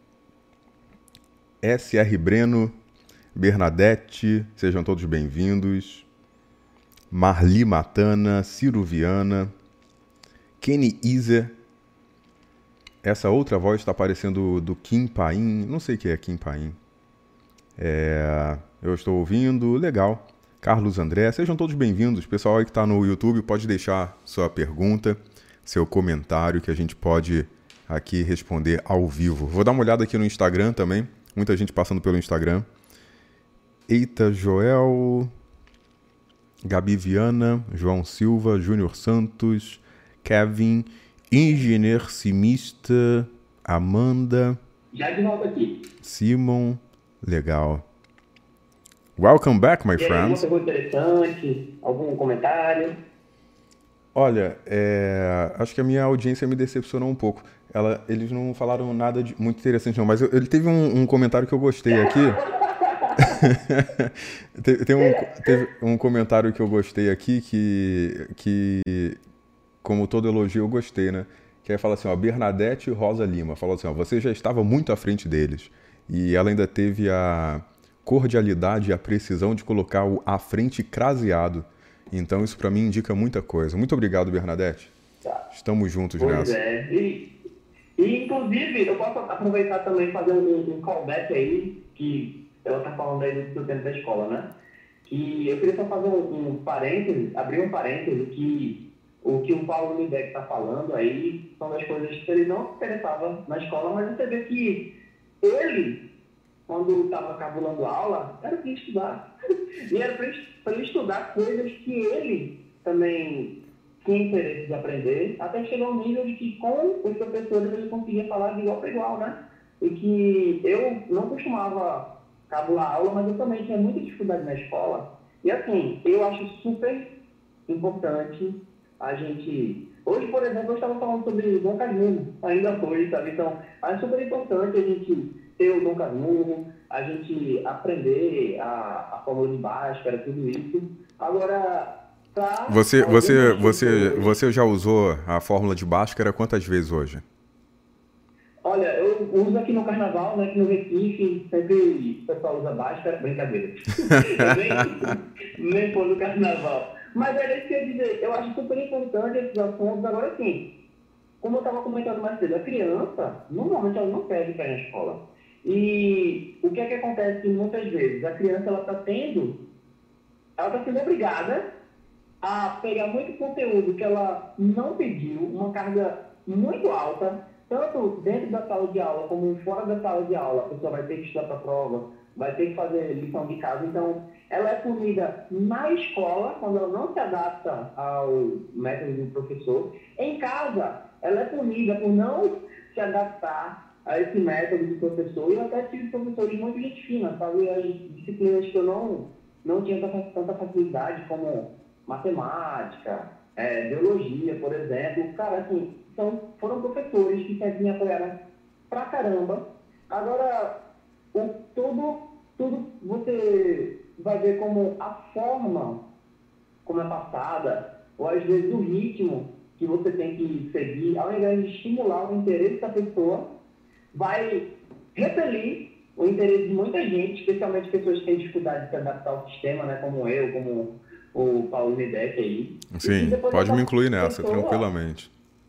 S R Breno, Bernadette, sejam todos bem-vindos. Marli Matana, Ciro Viana, Kenny Iser. Essa outra voz está aparecendo do Kim Paim. Não sei o que é Kim Paim. É, eu estou ouvindo. Legal. Carlos André. Sejam todos bem-vindos. Pessoal aí que está no YouTube, pode deixar sua pergunta, seu comentário, que a gente pode aqui responder ao vivo. Vou dar uma olhada aqui no Instagram também. Muita gente passando pelo Instagram. Eita, Joel... Gabi Viana, João Silva, Júnior Santos, Kevin... Engenheiro Simista, Amanda. Já de volta aqui. Simon, legal. Welcome back, my e friends. Alguma pergunta interessante? Algum comentário? Olha, é, acho que a minha audiência me decepcionou um pouco. Ela, eles não falaram nada de muito interessante, não, mas eu- ele teve um, um comentário que eu gostei aqui. Te- Tem um, teve um comentário que eu gostei aqui que, que, como todo elogio, eu gostei, né? Que aí fala assim, ó, Bernadette Rosa Lima falou assim, ó, você já estava muito à frente deles. E ela ainda teve a cordialidade e a precisão de colocar o à frente craseado. Então isso pra mim indica muita coisa. Muito obrigado, Bernadette. Tá. Estamos juntos Pois nessa. é. E, e, inclusive, eu posso aproveitar também e fazer um, um callback aí, que ela está falando aí do, do tempo da escola, né? Que eu queria só fazer um, um parêntese, abrir um parêntese, que o que o Paulo Lidec está falando aí são das coisas que ele não se interessava na escola, mas você vê que ele, quando estava cabulando aula, era para ele estudar. E era para ele, pra ele estudar coisas que ele também tinha interesse de aprender, até chegou ao nível de que com os professores ele conseguia falar de igual para igual, né? E que eu não costumava cabular aula, mas eu também tinha muita dificuldade na escola. E assim, eu acho super importante a gente... Hoje, por exemplo, eu estava falando sobre Dom Casmurro, ainda hoje, sabe? Então, é super importante a gente ter o Dom Casmurro, a gente aprender a, a fórmula de Bhaskara, tudo isso. Agora, para Você, você, algumas você, pessoas... você já usou a fórmula de Bhaskara quantas vezes hoje? Olha, eu uso aqui no Carnaval, né, aqui no Recife, sempre o pessoal usa Bhaskara, brincadeira. Eu nem, nem pôr no Carnaval. Mas era isso que eu ia dizer, eu acho super importante esses assuntos. Agora, sim, como eu estava comentando mais cedo, a criança, normalmente ela não perde para ir na escola. E o que é que acontece muitas vezes? A criança, ela está tendo, ela está sendo obrigada a pegar muito conteúdo que ela não pediu, uma carga muito alta, tanto dentro da sala de aula como fora da sala de aula. A pessoa vai ter que estudar para a prova, vai ter que fazer lição de casa. Então, ela é punida na escola, quando ela não se adapta ao método do professor. Em casa, ela é punida por não se adaptar a esse método do professor. E eu até tive professores muito gente fina, sabe? As disciplinas que eu não, não tinha tanta, tanta facilidade, como matemática, é, biologia, por exemplo. Cara, assim, são, foram professores que sempre me apoiaram pra caramba. Agora, o, tudo, tudo você vai ver como a forma como é passada, ou às vezes o ritmo que você tem que seguir, ao invés de estimular o interesse da pessoa, vai repelir o interesse de muita gente, especialmente pessoas que têm dificuldade de se adaptar ao sistema, né, como eu, como o Paulo Lidec aí. E Sim, depois pode me essa incluir nessa, pessoa, tranquilamente.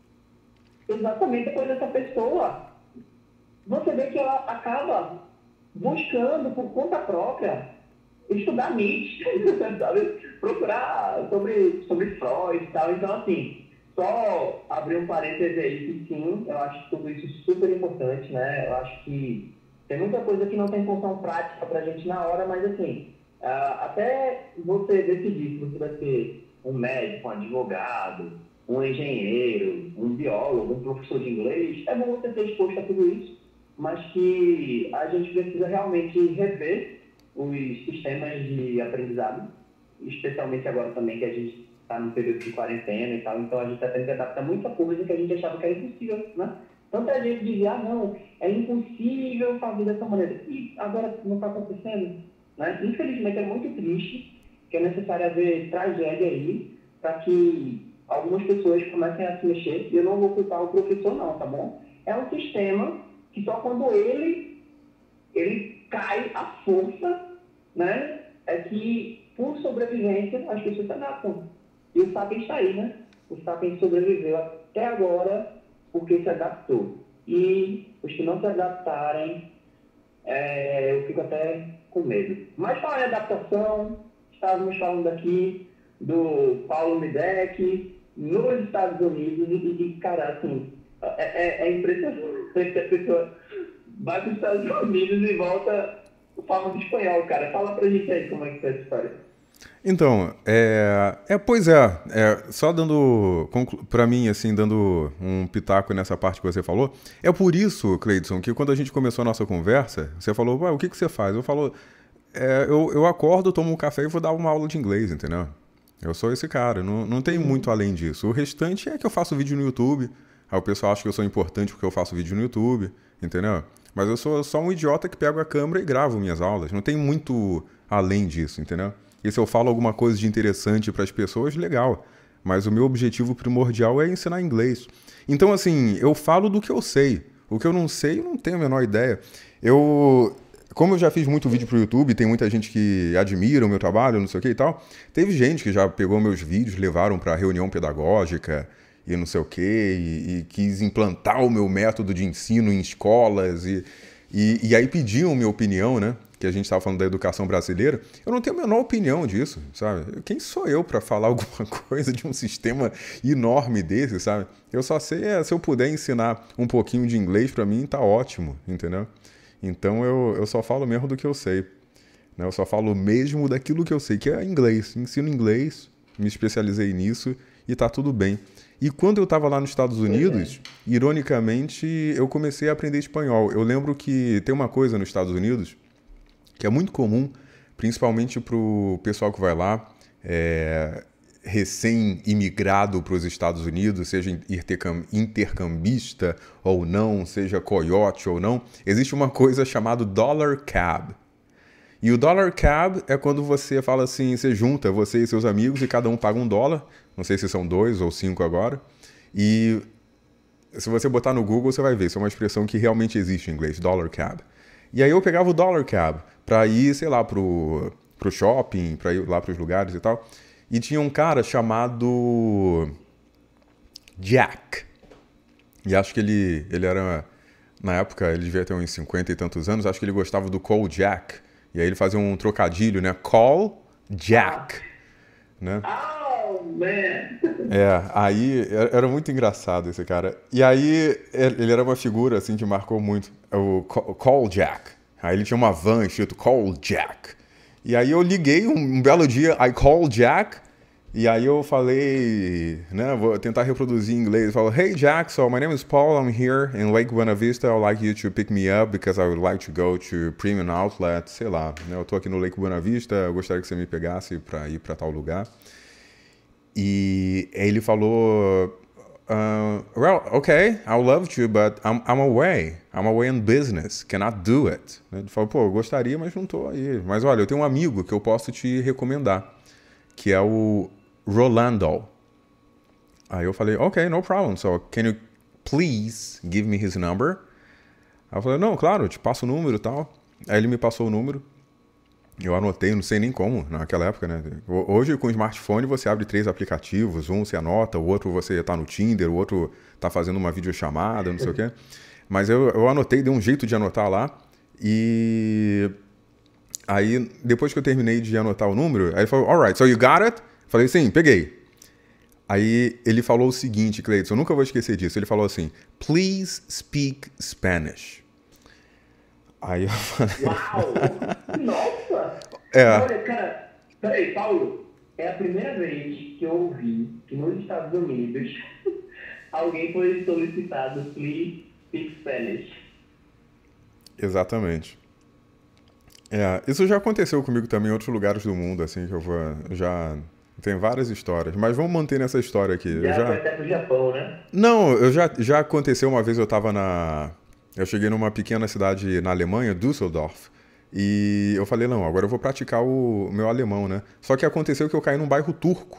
exatamente depois dessa pessoa, você vê que ela acaba buscando por conta própria estudar Nietzsche, sabe? Procurar sobre, sobre Freud e tal. Então, assim, só abrir um parêntese aí que sim, eu acho tudo isso super importante, né? Eu acho que tem muita coisa que não tem função prática pra gente na hora, mas assim, ah, até você decidir se você vai ser um médico, um advogado, um engenheiro, um biólogo, um professor de inglês, é bom você ter exposto a tudo isso, mas que a gente precisa realmente rever os sistemas de aprendizado, especialmente agora também que a gente está no período de quarentena e tal, então a gente está tendo que adaptar muita coisa que a gente achava que era impossível, né? Tanta gente dizia, ah, não, é impossível fazer dessa maneira, e agora não está acontecendo, né? Infelizmente é muito triste, que é necessário haver tragédia aí, para que algumas pessoas comecem a se mexer, e eu não vou culpar o professor não, tá bom? É um sistema que só quando ele, ele cai à força, né, é que, por sobrevivência, as pessoas se adaptam. E o Sapiens está aí, né? O Sapiens sobreviveu até agora porque se adaptou. E os que não se adaptarem, é, eu fico até com medo. Mas falar em adaptação, estávamos falando aqui do Paulo Lidec nos Estados Unidos e, e cara, assim, é, é, é impressionante que a pessoa vai para os Estados Unidos e volta falando espanhol, cara. Fala pra gente aí como é que foi essa história. Então, é, é pois é, é, só dando, conclu- pra mim, assim, dando um pitaco nessa parte que você falou, é por isso, Cleidson, que quando a gente começou a nossa conversa, você falou, "Ué, o que que você faz?" Eu falo, é, eu, eu acordo, tomo um café e vou dar uma aula de inglês, entendeu? Eu sou esse cara, não, não tem muito além disso. O restante é que eu faço vídeo no YouTube, aí o pessoal acha que eu sou importante porque eu faço vídeo no YouTube, entendeu? Mas eu sou só um idiota que pego a câmera e gravo minhas aulas. Não tem muito além disso, entendeu? E se eu falo alguma coisa de interessante para as pessoas, legal. Mas o meu objetivo primordial é ensinar inglês. Então, assim, eu falo do que eu sei. O que eu não sei, eu não tenho a menor ideia. Eu, como eu já fiz muito vídeo pro YouTube, tem muita gente que admira o meu trabalho, não sei o que e tal. Teve gente que já pegou meus vídeos, levaram para reunião pedagógica e não sei o que, e, e quis implantar o meu método de ensino em escolas. E, e, e aí pediam minha opinião, né? Que a gente estava falando da educação brasileira. Eu não tenho a menor opinião disso, sabe? Quem sou eu para falar alguma coisa de um sistema enorme desse, sabe? Eu só sei, é, se eu puder ensinar um pouquinho de inglês, para mim tá ótimo, entendeu? Então eu, eu só falo mesmo do que eu sei, né? Eu só falo mesmo daquilo que eu sei, que é inglês. Ensino inglês, me especializei nisso e tá tudo bem. E quando eu estava lá nos Estados Unidos, ironicamente, eu comecei a aprender espanhol. Eu lembro que tem uma coisa nos Estados Unidos que é muito comum, principalmente para o pessoal que vai lá, é, recém-imigrado para os Estados Unidos, seja intercambista ou não, seja coiote ou não, existe uma coisa chamada dollar cab. E o dollar cab é quando você fala assim, você junta você e seus amigos e cada um paga um dólar, não sei se são dois ou cinco agora, e se você botar no Google você vai ver, isso é uma expressão que realmente existe em inglês, dollar cab. E aí eu pegava o dollar cab para ir, sei lá, pro, pro shopping, para ir lá pros lugares e tal. E tinha um cara chamado Jack. E acho que ele, ele era, na época, ele devia ter uns cinquenta e tantos anos, acho que ele gostava do Call Jack. E aí ele fazia um trocadilho, né? Call Jack. Né? Oh, man! É, aí era muito engraçado esse cara. E aí ele era uma figura assim que marcou muito, o Call Jack. Aí ele tinha uma van escrito Call Jack. E aí eu liguei um, um belo dia, I call Jack, e aí eu falei, né, vou tentar reproduzir em inglês. Eu falo, hey Jack, so my name is Paul, I'm here in Lake Buena Vista, I'd like you to pick me up because I would like to go to Premium Outlet, sei lá, né, eu tô aqui no Lake Buena Vista, eu gostaria que você me pegasse para ir para tal lugar. E ele falou, uh, well, okay, I would love to, but I'm, I'm away. I'm away in business. Cannot do it. Ele falou, pô, eu gostaria, mas não tô aí. Mas olha, eu tenho um amigo que eu posso te recomendar, que é o Rolando. Aí eu falei, okay, no problem. So, can you please give me his number? Aí eu falei, não, claro, eu te passo o número e tal. Aí ele me passou o número. Eu anotei, não sei nem como, naquela época, né? Hoje, com o smartphone, você abre três aplicativos. Um você anota, o outro você tá no Tinder, o outro tá fazendo uma videochamada, não sei o quê. Mas eu, eu anotei, dei um jeito de anotar lá. E aí, depois que eu terminei de anotar o número, aí ele falou, alright, so you got it? Falei, sim, peguei. Aí ele falou o seguinte, Cleiton, eu nunca vou esquecer disso. Ele falou assim, please speak Spanish. Aí eu falei... Uau! Nossa! É. Olha, cara, peraí, Paulo, é a primeira vez que eu ouvi que nos Estados Unidos alguém foi solicitado please speak Spanish. Exatamente. É, isso já aconteceu comigo também em outros lugares do mundo, assim, que eu vou... Já... Tem várias histórias, mas vamos manter nessa história aqui. Já, eu já... foi até pro Japão, né? Não, eu já, já aconteceu uma vez, eu tava na... Eu cheguei numa pequena cidade na Alemanha, Düsseldorf, e eu falei, não, agora eu vou praticar o meu alemão, né? Só que aconteceu que eu caí num bairro turco.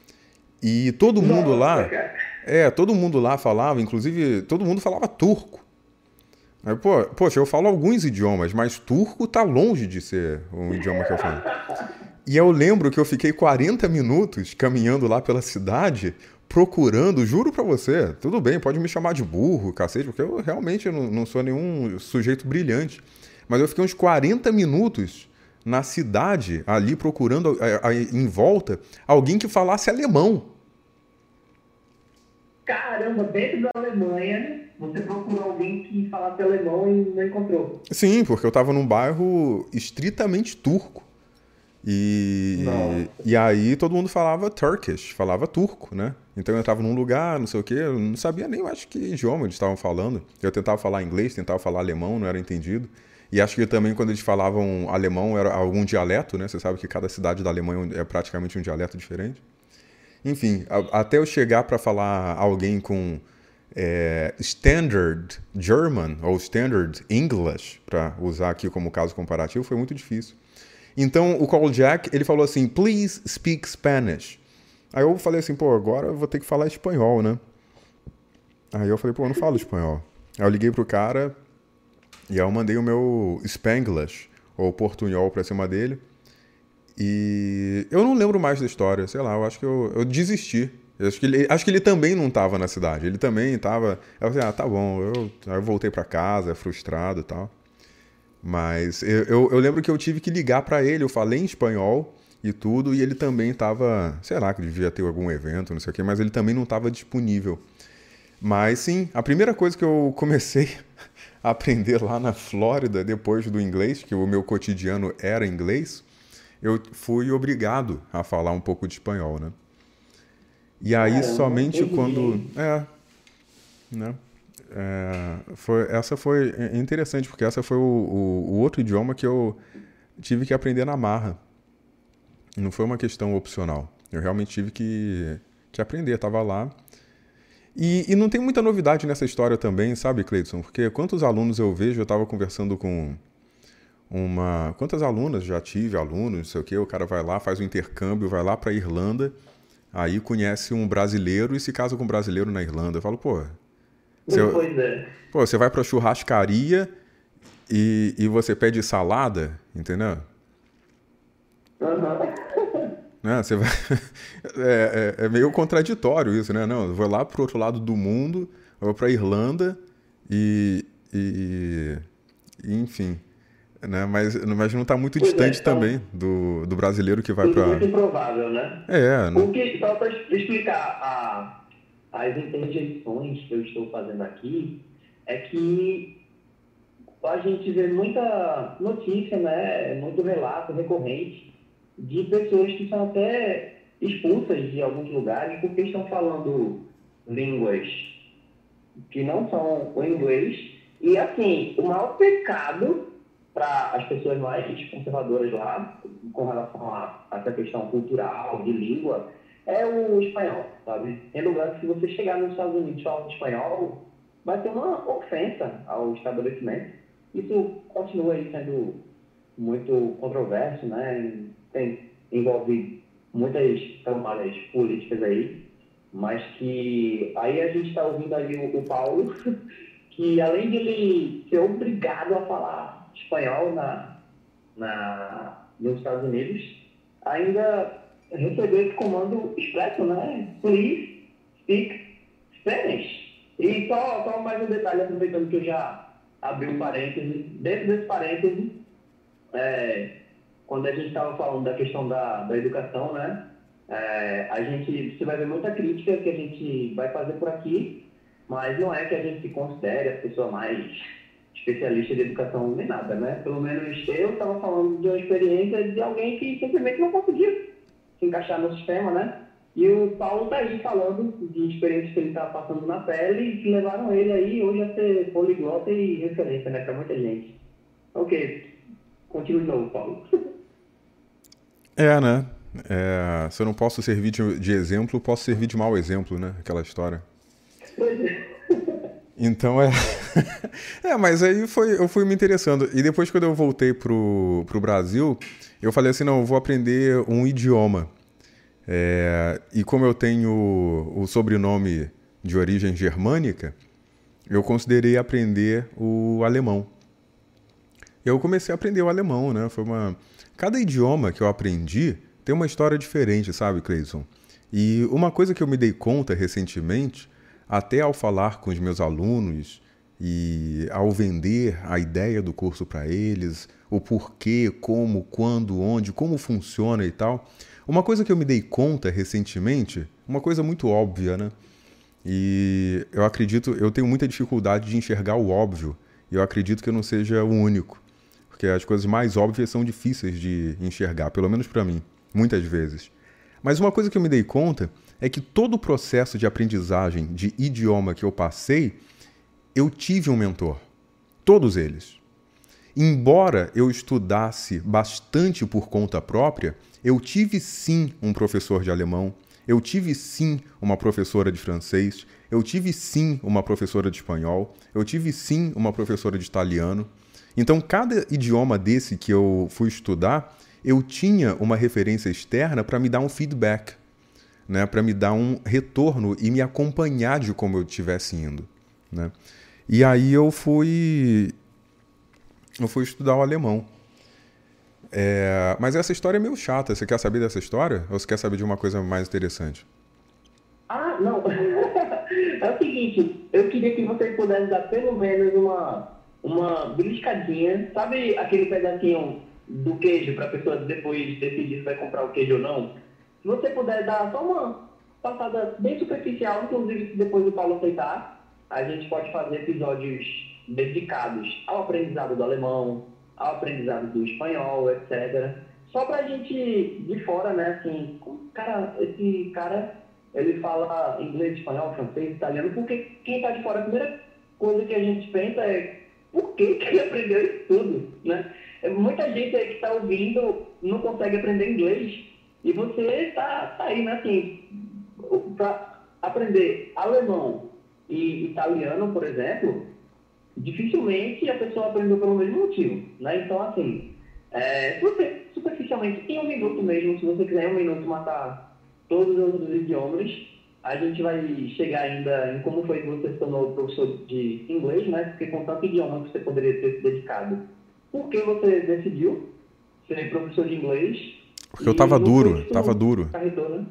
E todo mundo Nossa, lá... cara. É, todo mundo lá falava, inclusive, todo mundo falava turco. Aí, pô, poxa, eu falo alguns idiomas, mas turco tá longe de ser um idioma que eu falo. E eu lembro que eu fiquei quarenta minutos caminhando lá pela cidade, procurando, juro pra você, tudo bem, pode me chamar de burro, cacete, porque eu realmente não, não sou nenhum sujeito brilhante. Mas eu fiquei uns quarenta minutos na cidade, ali procurando a, a, em volta, alguém que falasse alemão. Caramba, dentro da Alemanha, você procurou alguém que falasse alemão e não encontrou. Sim, porque eu tava num bairro estritamente turco. E, e aí todo mundo falava Turkish, falava turco, né? Então eu tava num lugar, não sei o quê, eu não sabia nem, acho que idioma eles estavam falando. Eu tentava falar inglês, tentava falar alemão, não era entendido. E acho que também quando eles falavam alemão era algum dialeto, né? Você sabe que cada cidade da Alemanha é praticamente um dialeto diferente. Enfim, a, até eu chegar para falar alguém com é, Standard German ou Standard English, para usar aqui como caso comparativo, foi muito difícil. Então, o Call Jack, ele falou assim, please speak Spanish. Aí eu falei assim, pô, agora eu vou ter que falar espanhol, né? Aí eu falei, pô, eu não falo espanhol. Aí eu liguei pro cara e aí eu mandei o meu Spanglish, ou portunhol, pra cima dele. E eu não lembro mais da história, sei lá, eu acho que eu, eu desisti. Eu acho, que ele, acho que ele também não estava na cidade, ele também estava... Eu falei, ah, tá bom, eu, aí eu voltei para casa, frustrado e tal. Mas eu, eu, eu lembro que eu tive que ligar para ele, eu falei em espanhol e tudo, e ele também estava, sei lá, que devia ter algum evento, não sei o quê, mas ele também não estava disponível. Mas sim, a primeira coisa que eu comecei a aprender lá na Flórida, depois do inglês, que o meu cotidiano era inglês, eu fui obrigado a falar um pouco de espanhol, né? E aí Caramba, somente quando... entendi. É, né? É, foi, essa foi interessante, porque essa foi o, o, o outro idioma que eu tive que aprender na marra. Não foi uma questão opcional. Eu realmente tive que, que aprender, estava lá. E, e não tem muita novidade nessa história também, sabe, Cleidson? Porque quantos alunos eu vejo, eu estava conversando com uma... Quantas alunas já tive, alunos, não sei o quê, o cara vai lá, faz o intercâmbio, vai lá para Irlanda, aí conhece um brasileiro e se casa com um brasileiro na Irlanda. Eu falo, pô... Você, Pois é. pô, você vai pra churrascaria e, e você pede salada, entendeu? Aham. Né? Você vai... é, é, é meio contraditório isso, né? Não, eu vou lá pro outro lado do mundo, eu vou pra Irlanda e, e, e enfim, né? Mas, mas não tá muito Pois é, distante então, também do, do brasileiro que vai tudo pra... muito improvável, né? É, O né? que, só para explicar a, as interjeições que eu estou fazendo aqui, é que a gente vê muita notícia, né, muito relato recorrente de pessoas que são até expulsas de alguns lugares porque estão falando línguas que não são o inglês. E, assim, o maior pecado para as pessoas mais conservadoras lá, com relação a, a essa questão cultural, de língua, é o espanhol, sabe? Tem lugar que se você chegar nos Estados Unidos falando espanhol, vai ter uma ofensa ao estabelecimento. Isso continua aí sendo muito controverso, né? Tem, envolve muitas camadas políticas aí, mas que aí a gente está ouvindo ali o, o Paulo, que além de ele ser obrigado a falar espanhol na, na, nos Estados Unidos, ainda recebeu esse comando expresso, né? Please speak Spanish. E só, só mais um detalhe, aproveitando que eu já abri um parêntese. Dentro desse parêntese, é, quando a gente estava falando da questão da, da educação, né? É, a gente, você vai ver muita crítica que a gente vai fazer por aqui, mas não é que a gente se considere a pessoa mais especialista de educação nem nada, né? Pelo menos eu estava falando de uma experiência de alguém que simplesmente não conseguiu se encaixar no sistema, né? E o Paulo está aí falando de experiências que ele está passando na pele e que levaram ele aí hoje a ser poliglota e referência, né, para muita gente. Ok, continue de novo, Paulo. É, né? É, se eu não posso servir de, de exemplo, posso servir de mau exemplo, né? Aquela história. Pois é. Então é. É, mas aí foi, eu fui me interessando. E depois, quando eu voltei pro, pro Brasil, eu falei assim: não, eu vou aprender um idioma. É, e como eu tenho o sobrenome de origem germânica, eu considerei aprender o alemão. Eu comecei a aprender o alemão, né? Foi uma... Cada idioma que eu aprendi tem uma história diferente, sabe, Cleison? E uma coisa que eu me dei conta recentemente, até ao falar com os meus alunos e ao vender a ideia do curso para eles, o porquê, como, quando, onde, como funciona e tal, uma coisa que eu me dei conta recentemente, uma coisa muito óbvia, né? E eu acredito, eu tenho muita dificuldade de enxergar o óbvio, e eu acredito que eu não seja o único, porque as coisas mais óbvias são difíceis de enxergar, pelo menos para mim, muitas vezes. Mas uma coisa que eu me dei conta é que todo o processo de aprendizagem de idioma que eu passei, eu tive um mentor. Todos eles. embora eu estudasse bastante por conta própria, eu tive sim um professor de alemão, eu tive sim uma professora de francês, eu tive sim uma professora de espanhol, eu tive sim uma professora de italiano. Então, cada idioma desse que eu fui estudar, eu tinha uma referência externa para me dar um feedback, né? Para me dar um retorno e me acompanhar de como eu estivesse indo, né? E aí eu fui, eu fui estudar o alemão. É, mas essa história é meio chata. Você quer saber dessa história? Ou você quer saber de uma coisa mais interessante? Ah, não. É o seguinte, eu queria que você pudesse dar pelo menos uma, uma beliscadinha. Sabe aquele pedacinho do queijo para a pessoa depois decidir se vai comprar o queijo ou não? Se você puder dar só uma passada bem superficial, inclusive se depois o Paulo aceitar, a gente pode fazer episódios dedicados ao aprendizado do alemão, ao aprendizado do espanhol, etcétera. Só pra gente de fora, né, assim, cara, esse cara, ele fala inglês, espanhol, francês, italiano, porque quem tá de fora, a primeira coisa que a gente pensa é por que que ele aprendeu isso tudo, né? Muita gente aí que tá ouvindo não consegue aprender inglês, e você tá, tá aí, né, assim, pra aprender alemão e italiano, por exemplo, dificilmente a pessoa aprendeu pelo mesmo motivo, né? Então, assim, é, se você, superficialmente, em um minuto mesmo, se você quiser em um minuto matar todos os outros idiomas, a gente vai chegar ainda em como foi que você se tornou professor de inglês, né? Porque com tanto idioma que você poderia ter se dedicado. Por que você decidiu ser professor de inglês? Porque eu tava duro, tava duro. Carretou, né?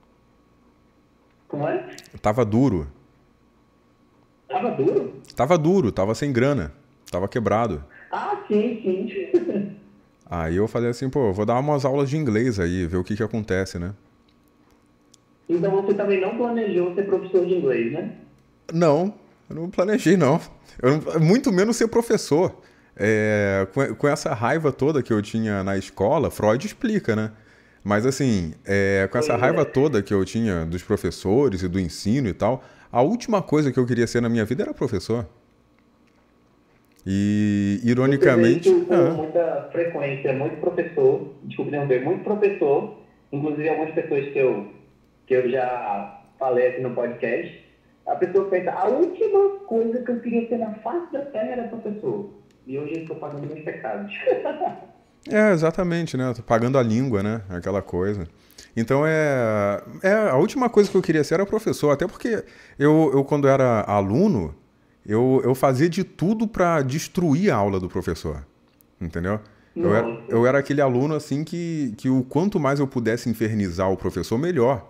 Como é? Eu tava duro. Tava duro? Tava duro, tava sem grana, tava quebrado. Ah, sim, sim. Aí eu falei assim, pô, vou dar umas aulas de inglês aí, ver o que que acontece, né? Então você também não planejou ser professor de inglês, né? Não, eu não planejei, não. Eu não muito menos ser professor. É, com, com essa raiva toda que eu tinha na escola, Freud explica, né? Mas assim, é, com essa raiva toda que eu tinha dos professores e do ensino e tal, a última coisa que eu queria ser na minha vida era professor. E, ironicamente... Você vê isso com é. muita frequência, muito professor, desculpe interromper, muito professor, inclusive algumas pessoas que eu, que eu já falei aqui no podcast, a pessoa pensa, a última coisa que eu queria ser na face da terra era professor. E hoje eu estou pagando meus pecados. É, exatamente, né? Tô pagando a língua, né? Aquela coisa. Então, é, é a última coisa que eu queria ser era professor, até porque eu, eu quando era aluno, eu, eu fazia de tudo para destruir a aula do professor, entendeu? Eu era, eu era aquele aluno, assim, que, que o quanto mais eu pudesse infernizar o professor, melhor.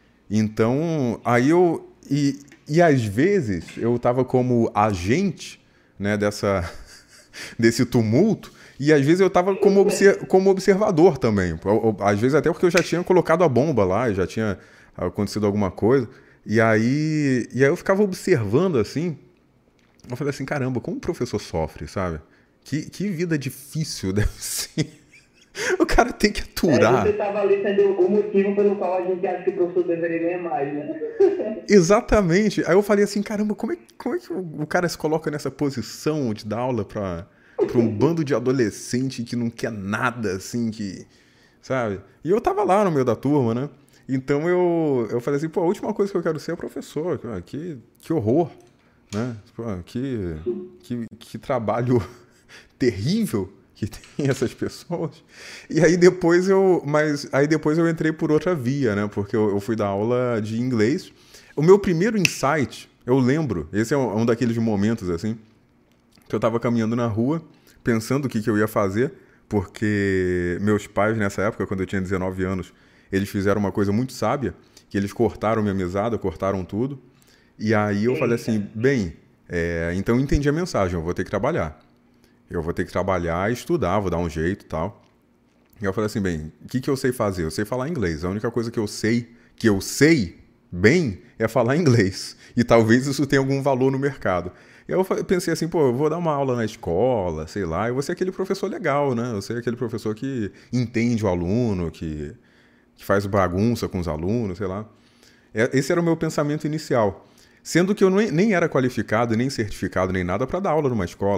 Então, aí eu... E, e às vezes, eu tava como agente, né, dessa, desse tumulto, e às vezes eu estava como, obser- como observador também. Às vezes até porque eu já tinha colocado a bomba lá, já tinha acontecido alguma coisa. E aí, e aí eu ficava observando assim. Eu falei assim, caramba, como o professor sofre, sabe? Que, que vida difícil deve ser. O cara tem que aturar. É, você estava ali sendo o motivo pelo qual a gente acha que o professor deveria ganhar mais, né? Exatamente. Aí eu falei assim, caramba, como é, como é que o cara se coloca nessa posição de dar aula para... para um bando de adolescente que não quer nada, assim, que... Sabe? E eu tava lá no meio da turma, né? Então eu, eu falei assim, pô, a última coisa que eu quero ser é professor. Que, que horror, né? Pô, que, que, que trabalho terrível que tem essas pessoas. E aí depois eu... Mas aí depois eu entrei por outra via, né? Porque eu, eu fui dar aula de inglês. O meu primeiro insight, eu lembro, esse é um, um daqueles momentos, assim, que eu tava caminhando na rua, pensando o que, que eu ia fazer, porque meus pais, nessa época, quando eu tinha dezenove anos, eles fizeram uma coisa muito sábia, que eles cortaram minha mesada, cortaram tudo, e aí eu falei assim, bem, é, então eu entendi a mensagem, eu vou ter que trabalhar. Eu vou ter que trabalhar e estudar, vou dar um jeito e tal. E eu falei assim, bem, o que, que eu sei fazer? Eu sei falar inglês, a única coisa que eu sei, que eu sei bem, é falar inglês, e talvez isso tenha algum valor no mercado. E aí eu pensei assim, pô, eu vou dar uma aula na escola, sei lá, eu vou ser aquele professor legal, né? Eu ser aquele professor que entende o aluno, que, que faz bagunça com os alunos, sei lá. Esse era o meu pensamento inicial. Sendo que eu nem era qualificado, nem certificado, nem nada para dar aula numa escola.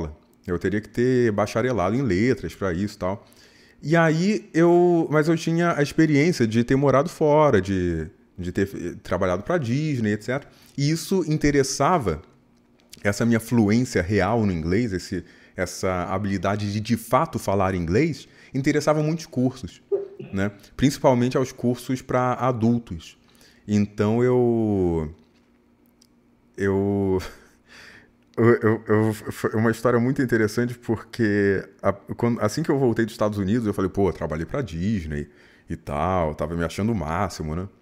Eu teria que ter bacharelado em letras para isso e tal. E aí eu... Mas eu tinha a experiência de ter morado fora, de, de ter trabalhado para Disney, etcétera. E isso interessava, essa minha fluência real no inglês, esse, essa habilidade de de fato falar inglês, interessava muitos cursos, né? Principalmente aos cursos para adultos. Então eu... Eu... Eu, eu, eu, foi uma história muito interessante porque a, quando, assim que eu voltei dos Estados Unidos, eu falei, pô, eu trabalhei pra Disney e tal, tava me achando o máximo, né?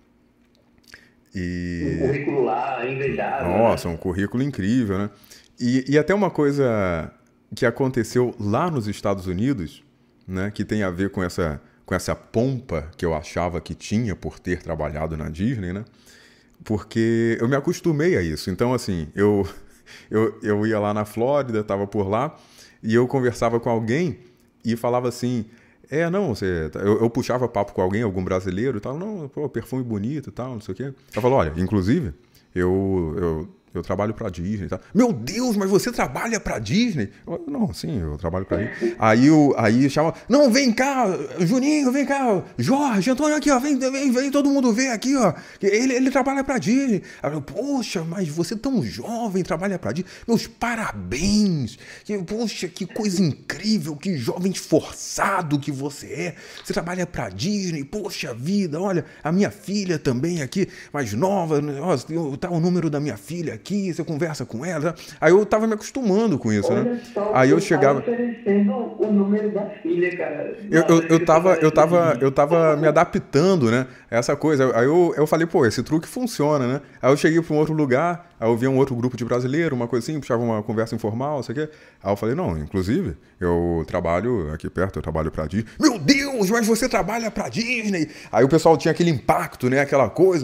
Um E... currículo lá, invejável. Nossa, Né? um currículo incrível, né? E, e até uma coisa que aconteceu lá nos Estados Unidos, né, que tem a ver com essa, com essa pompa que eu achava que tinha por ter trabalhado na Disney, né? Porque eu me acostumei a isso. Então, assim, eu... Eu, eu ia lá na Flórida, tava por lá, e eu conversava com alguém e falava assim, é, não, você... Eu, eu puxava papo com alguém, algum brasileiro e tal, não, pô, perfume bonito e tal, não sei o quê. Eu falava, olha, inclusive, eu, eu, eu trabalho pra Disney e tal. Meu Deus, mas você trabalha pra Disney? Eu, não, sim, eu trabalho pra Disney. Aí, eu, aí chama, não, vem cá, Juninho, vem cá, Jorge, Antônio, aqui, ó, vem, vem, vem todo mundo ver aqui, ó, ele, ele trabalha pra Disney. Aí eu, poxa, mas você tão jovem, trabalha pra Disney, meus parabéns, que, poxa, que coisa incrível, que jovem esforçado que você é, você trabalha pra Disney, poxa vida, olha, a minha filha também aqui, mais nova, ó, tá o número da minha filha aqui, você conversa com ela. Aí eu tava me acostumando com isso, Olha né? só, Aí eu eu chegava... tava oferecendo o número da filha, cara. Eu, eu, eu, Nossa, tava, eu, que tava, eu tava me adaptando, né? A essa coisa. Aí eu, eu falei, pô, esse truque funciona, né? Aí eu cheguei pra um outro lugar, aí eu via um outro grupo de brasileiro, uma coisa assim, puxava uma conversa informal, não sei o quê. Aí eu falei, não, inclusive, eu trabalho aqui perto, eu trabalho pra Disney. Meu Deus, mas você trabalha pra Disney? Aí o pessoal tinha aquele impacto, né? Aquela coisa.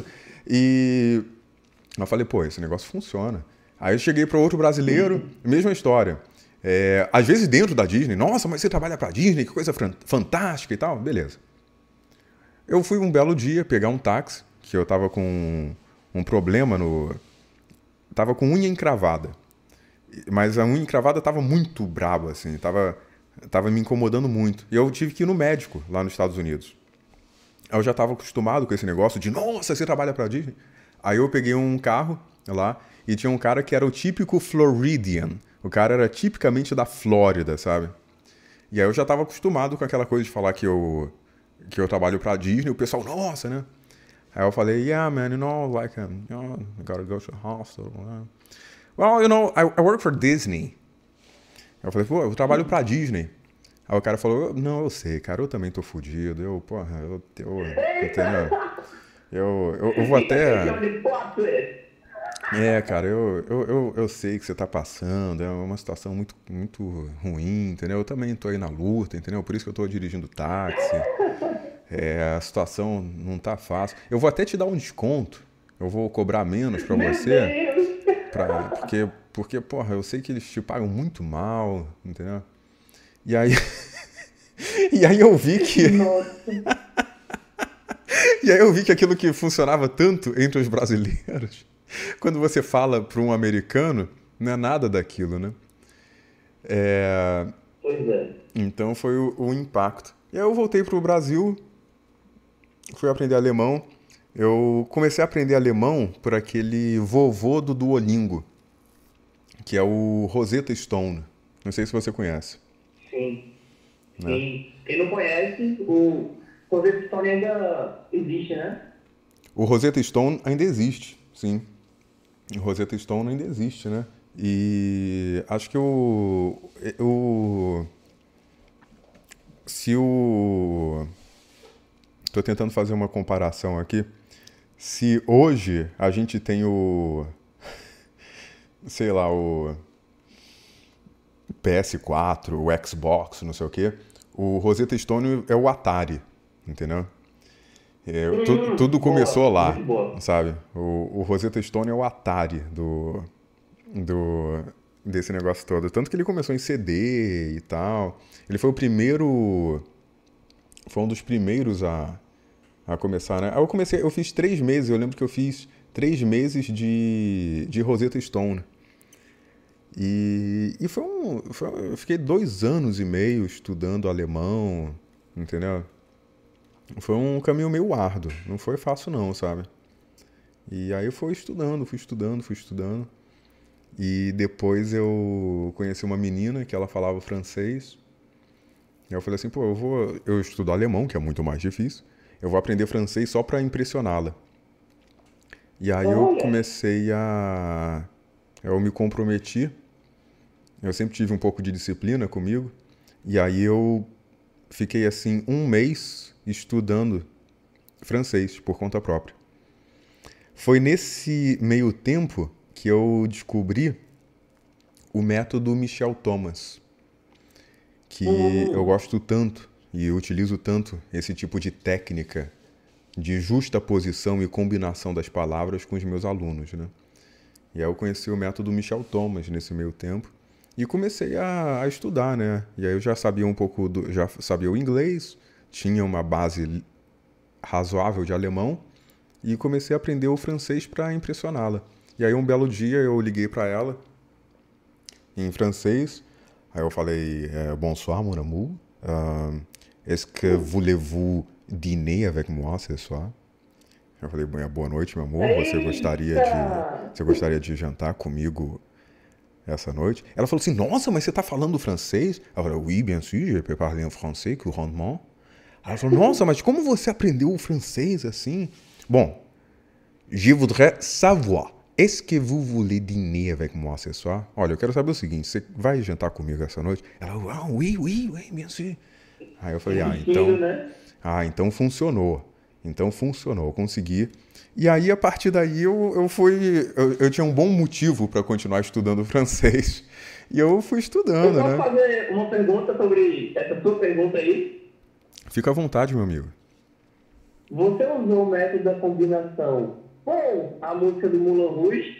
E eu falei, pô, esse negócio funciona. Aí eu cheguei para outro brasileiro, mesma história. É, às vezes dentro da Disney, nossa, mas você trabalha para Disney, que coisa fantástica e tal, beleza. Eu fui um belo dia pegar um táxi, que eu tava com um problema no... Tava com unha encravada. Mas a unha encravada tava muito braba, assim, tava, tava me incomodando muito. E eu tive que ir no médico lá nos Estados Unidos. Eu já tava acostumado com esse negócio de, nossa, você trabalha para Disney? Aí eu peguei um carro lá e tinha um cara que era o típico Floridian. O cara era tipicamente da Flórida, sabe? E aí eu já tava acostumado com aquela coisa de falar que eu, que eu trabalho pra Disney. O pessoal, nossa, né? Aí eu falei, yeah, man, you know, like, um, you know, I gotta go to the hospital. Uh. Well, you know, I, I work for Disney. Eu falei, pô, eu trabalho pra Disney. Aí o cara falou, não, eu sei, cara, eu também tô fudido. Eu, porra, eu... eu, eu Eu, eu, eu vou até... É, cara, eu, eu, eu, eu sei que você tá passando, é uma situação muito, muito ruim, entendeu? Eu também tô aí na luta, entendeu? Por isso que eu tô dirigindo táxi. É, a situação não tá fácil. Eu vou até te dar um desconto, eu vou cobrar menos pra você, pra, porque, porque, porra, eu sei que eles te pagam muito mal, entendeu? E aí... e aí eu vi que... Nossa. E aí eu vi que aquilo que funcionava tanto entre os brasileiros, quando você fala para um americano, não é nada daquilo, né? É... Pois é. Então foi o, o impacto. E aí eu voltei para o Brasil, fui aprender alemão. Eu comecei a aprender alemão por aquele vovô do Duolingo, que é o Rosetta Stone. Não sei se você conhece. Sim. Sim. É. Quem não conhece, o Rosetta Stone ainda existe, né? O Rosetta Stone ainda existe, sim. O Rosetta Stone ainda existe, né? E acho que o... o se o... Tô tentando fazer uma comparação aqui. Se hoje a gente tem o... sei lá, o P S quatro, o Xbox, não sei o quê, o Rosetta Stone é o Atari, entendeu? É, hum, tu, tudo começou boa, lá, sabe? O, o Rosetta Stone é o Atari do, do, desse negócio todo. Tanto que ele começou em C D e tal. Ele foi o primeiro... Foi um dos primeiros a, a começar, né? Aí eu comecei... Eu fiz três meses. Eu lembro que eu fiz três meses de, de Rosetta Stone. E, e foi um... Foi, eu fiquei dois anos e meio estudando alemão, entendeu? Foi um caminho meio árduo, não foi fácil não, sabe? E aí eu fui estudando, fui estudando, fui estudando. E depois eu conheci uma menina que ela falava francês. E eu falei assim, pô, eu vou... Eu estudo alemão, que é muito mais difícil. Eu vou aprender francês só pra impressioná-la. E aí eu Olha, comecei a... Eu me comprometi. Eu sempre tive um pouco de disciplina comigo. E aí eu fiquei assim um mês estudando francês por conta própria. Foi nesse meio tempo que eu descobri o método Michel Thomas, que eu hum, gosto tanto e utilizo tanto esse tipo de técnica de justaposição e combinação das palavras com os meus alunos, né? E aí eu conheci o método Michel Thomas nesse meio tempo e comecei a, a estudar, né? E aí eu já sabia um pouco, do, já sabia o inglês, tinha uma base razoável de alemão e comecei a aprender o francês para impressioná-la. E aí um belo dia eu liguei para ela em francês, aí eu falei, eh, bonsoir mon amour, Euh, est-ce que voulez-vous dîner avec moi ce soir? Eu falei, "Bom, boa noite, meu amor, você gostaria de, eita! você gostaria de jantar comigo essa noite?" Ela falou assim, nossa, mas você tá falando francês? Eu falei, oui, bien sûr, je peux parler en français couramment. Ela falou, nossa, mas como você aprendeu o francês assim? Bom, je voudrais savoir, est-ce que vous voulez dîner avec moi ce soir? Olha, eu quero saber o seguinte, você vai jantar comigo essa noite? Ela, ah, oui, oui, oui, bien sûr. Aí eu falei, ah, Insistindo, então, né? ah, então funcionou. Então funcionou, eu consegui. E aí, a partir daí, eu, eu fui. Eu, eu tinha um bom motivo para continuar estudando francês. E eu fui Eu estudando, posso né? fazer uma pergunta sobre essa sua pergunta aí? Fica à vontade, meu amigo. Você usou o método da combinação com a música do Moulin Rouge?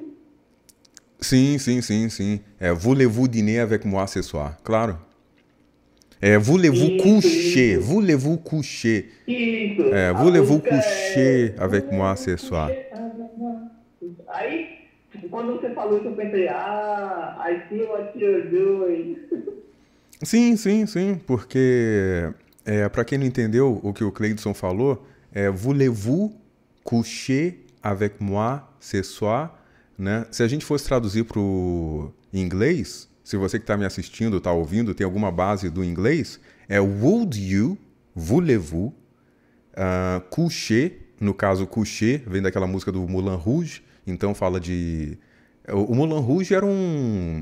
Sim, sim, sim, sim. É, voulez-vous dîner avec moi ce soir? Claro. É, voulez-vous Isso, coucher? isso. Voulez-vous coucher? Isso. É, A voulez-vous música coucher é... avec moi ce soir? Aí, quando você falou isso, eu pensei, ah, I see what you're doing. Sim, sim, sim, porque é, para quem não entendeu o que o Cleidson falou, é voulez-vous coucher avec moi ce soir, né? Se a gente fosse traduzir para o inglês, se você que está me assistindo, está ouvindo, tem alguma base do inglês, é would you, voulez-vous, uh, coucher, no caso coucher, vem daquela música do Moulin Rouge, então fala de... O, o Moulin Rouge era um...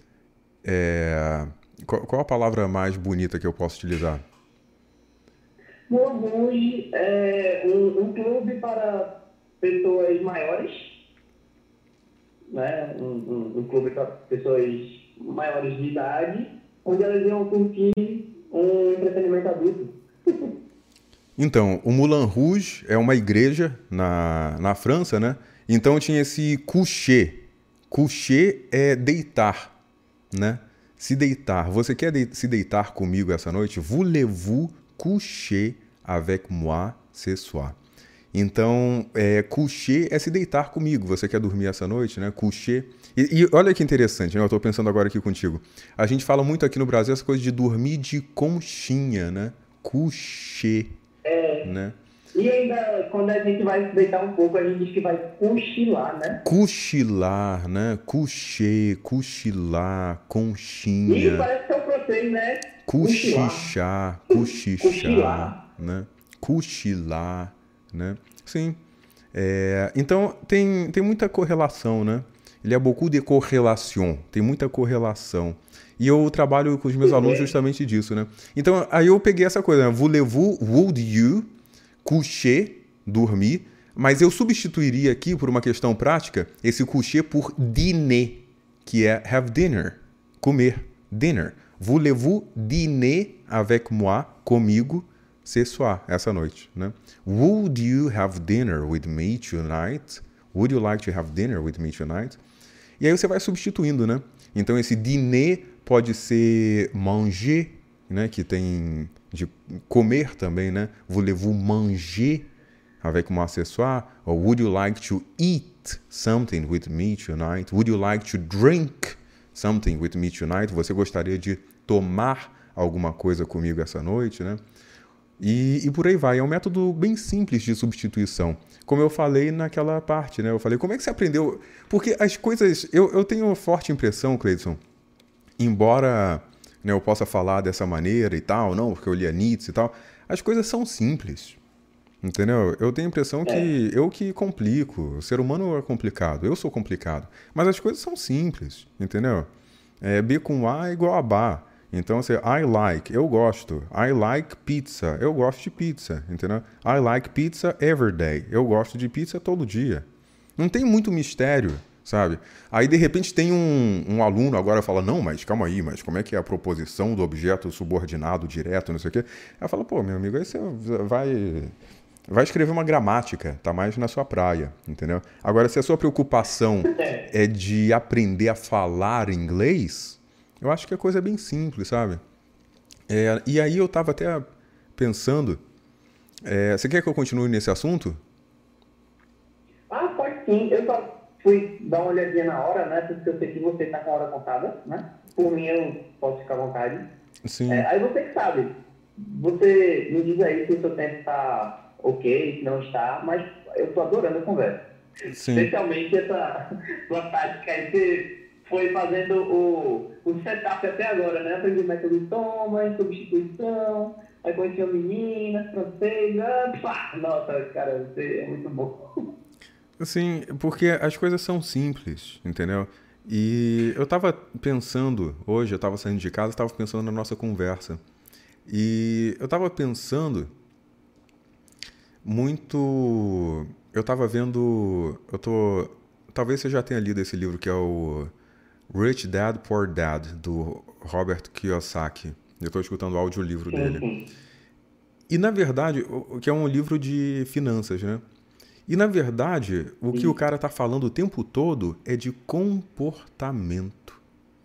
É, qual, qual a palavra mais bonita que eu posso utilizar? Moulin Rouge é um, um clube para pessoas maiores, né? Um, um, um clube para pessoas maiores de idade, onde elas iam curtir um entretenimento adulto. Então, o Moulin Rouge é uma igreja na, na França, né? Então tinha esse coucher. Coucher é deitar, né? Se deitar. Você quer de- se deitar comigo essa noite? Voulez-vous coucher avec moi ce soir? Então, é, coucher é se deitar comigo. Você quer dormir essa noite, né? Coucher. E, e olha que interessante, né? Eu estou pensando agora aqui contigo. A gente fala muito aqui no Brasil essa coisa de dormir de conchinha, né? Coucher, né? E ainda, quando a gente vai se deitar um pouco, a gente diz que vai cochilar, né? Cochilar, né? Coucher, cochilar, E conchinha, parece que é o francês, né? Cochilar. cochichar, cochichar, Cochilar. né? Cochilar, né? Sim. É, então, tem, tem muita correlação, né? Il y a beaucoup de corrélation. Tem muita correlação. E eu trabalho com os meus alunos justamente disso, né? Então, aí eu peguei essa coisa, né? Voulez-vous, would you, coucher, dormir, mas eu substituiria aqui, por uma questão prática, esse coucher por dîner, que é have dinner, comer, dinner. Voulez-vous dîner avec moi, comigo, ce soir, essa noite, né? Would you have dinner with me tonight? Would you like to have dinner with me tonight? E aí você vai substituindo, né? Então esse dîner pode ser manger, né? Que tem de comer também, né? Voulez-vous manger avec moi ce soir? Or would you like to eat something with me tonight? Would you like to drink something with me tonight? Você gostaria de tomar alguma coisa comigo essa noite, né? E, e por aí vai. É um método bem simples de substituição. Como eu falei naquela parte, né? Eu falei, como é que você aprendeu? Porque as coisas... Eu, eu tenho forte impressão, Cleidson, embora, né, eu possa falar dessa maneira e tal, não, porque eu li a Nietzsche e tal, as coisas são simples. Entendeu? Eu tenho a impressão que eu que complico. O ser humano é complicado. Eu sou complicado. Mas as coisas são simples. Entendeu? É, B com A é igual a Bá. Então, assim, I like, eu gosto. I like pizza, eu gosto de pizza. Entendeu? I like pizza every day. Eu gosto de pizza todo dia. Não tem muito mistério, sabe? Aí, de repente, tem um, um aluno agora fala, não, mas calma aí, mas como é que é a proposição do objeto subordinado direto, não sei o quê? Ela fala, pô, meu amigo, aí você vai... Vai escrever uma gramática, tá mais na sua praia, entendeu? Agora, se a sua preocupação é de aprender a falar inglês, eu acho que a coisa é bem simples, sabe? É, e aí eu tava até pensando, é, você quer que eu continue nesse assunto? Ah, pode sim. Eu só fui dar uma olhadinha na hora, né? Porque eu sei que você tá com a hora contada, né? Por mim, eu posso ficar à vontade. Sim. É, aí você que sabe. Você me diz aí se o seu tempo tá ok, se não está, mas eu tô adorando a conversa. Sim. Especialmente essa sua tática aí, você foi fazendo o, o setup até agora, né? Aprendi o método toma, substituição, aí conheci uma menina, francês, ah, pá, nossa, cara, você é muito bom. Sim, porque as coisas são simples, entendeu? E eu tava pensando, hoje eu tava saindo de casa, tava pensando na nossa conversa. E eu tava pensando muito... Eu tava vendo... Eu tô... Talvez você já tenha lido esse livro que é o Rich Dad, Poor Dad, do Robert Kiyosaki. Eu tô escutando o audiolivro Sim, dele. sim. E na verdade, o- que é um livro de finanças, né? E na verdade, o que o Sim, cara tá falando o tempo todo é de comportamento.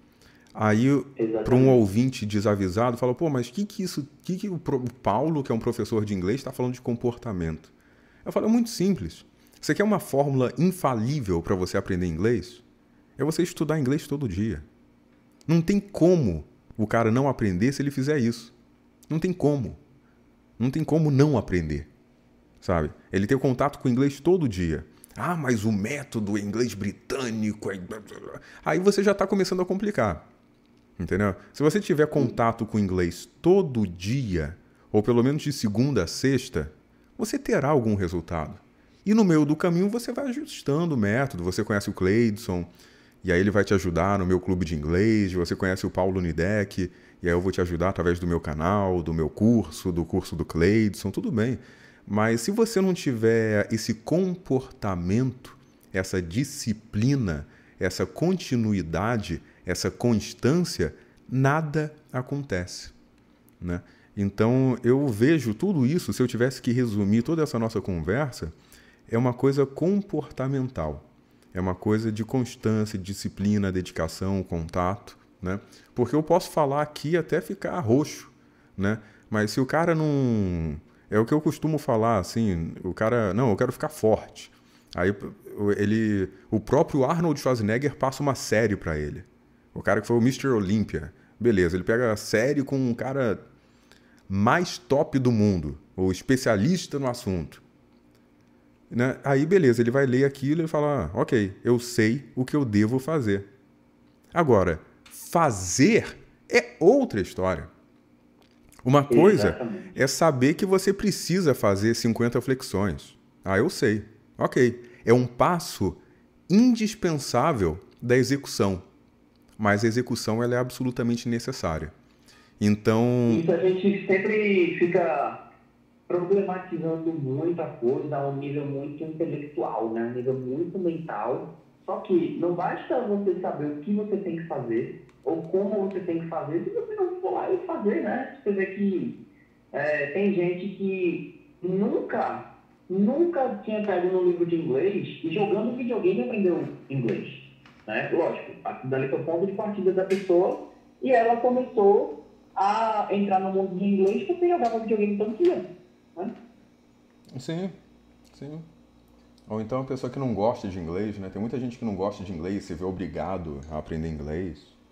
Aí, para um exatamente. ouvinte desavisado, fala, pô, mas que que isso, que que o pro- o Paulo, que é um professor de inglês, está falando de comportamento? Eu falo, é muito simples. Você quer uma fórmula infalível para você aprender inglês? É você estudar inglês todo dia. Não tem como o cara não aprender se ele fizer isso. Não tem como. Não tem como não aprender, sabe? Ele tem contato com o inglês todo dia. Ah, mas o método inglês britânico... é- Aí você já está começando a complicar. Entendeu? Se você tiver contato com o inglês todo dia, ou pelo menos de segunda a sexta, você terá algum resultado. E no meio do caminho você vai ajustando o método. Você conhece o Cleidson, e aí ele vai te ajudar no meu clube de inglês. Você conhece o Paulo Nidec, e aí eu vou te ajudar através do meu canal, do meu curso, do curso do Cleidson, tudo bem. Mas se você não tiver esse comportamento, essa disciplina, essa continuidade, essa constância, nada acontece, né? Então eu vejo tudo isso, se eu tivesse que resumir toda essa nossa conversa, é uma coisa comportamental. É uma coisa de constância, disciplina, dedicação, contato, né? Porque eu posso falar aqui até ficar roxo, né? Mas se o cara não... É o que eu costumo falar, assim, o cara... Não, eu quero ficar forte. Aí ele... O próprio Arnold Schwarzenegger passa uma série pra ele. O cara que foi o mister Olympia. Beleza, ele pega a série com um cara mais top do mundo, ou especialista no assunto. Né? Aí, beleza, ele vai ler aquilo e fala, ah, ok, eu sei o que eu devo fazer. Agora, fazer é outra história. Uma coisa Exatamente. é saber que você precisa fazer cinquenta flexões. Ah, eu sei. Ok. É um passo indispensável da execução. Mas a execução ela é absolutamente necessária. Então, Isso a gente sempre fica problematizando muita coisa a um nível muito intelectual, né? A um nível muito mental. Só que não basta você saber o que você tem que fazer ou como você tem que fazer se você não for lá e fazer, né? Você vê que é, tem gente que nunca, nunca tinha pego no livro de inglês e jogando videogame aprendeu inglês, né? Lógico, dali foi o ponto de partida da pessoa e ela começou a entrar no mundo de inglês porque jogava videogame todo dia, né? sim, sim. Ou então a pessoa que não gosta de inglês, né? Tem muita gente que não gosta de inglês, se vê obrigado a aprender inglês.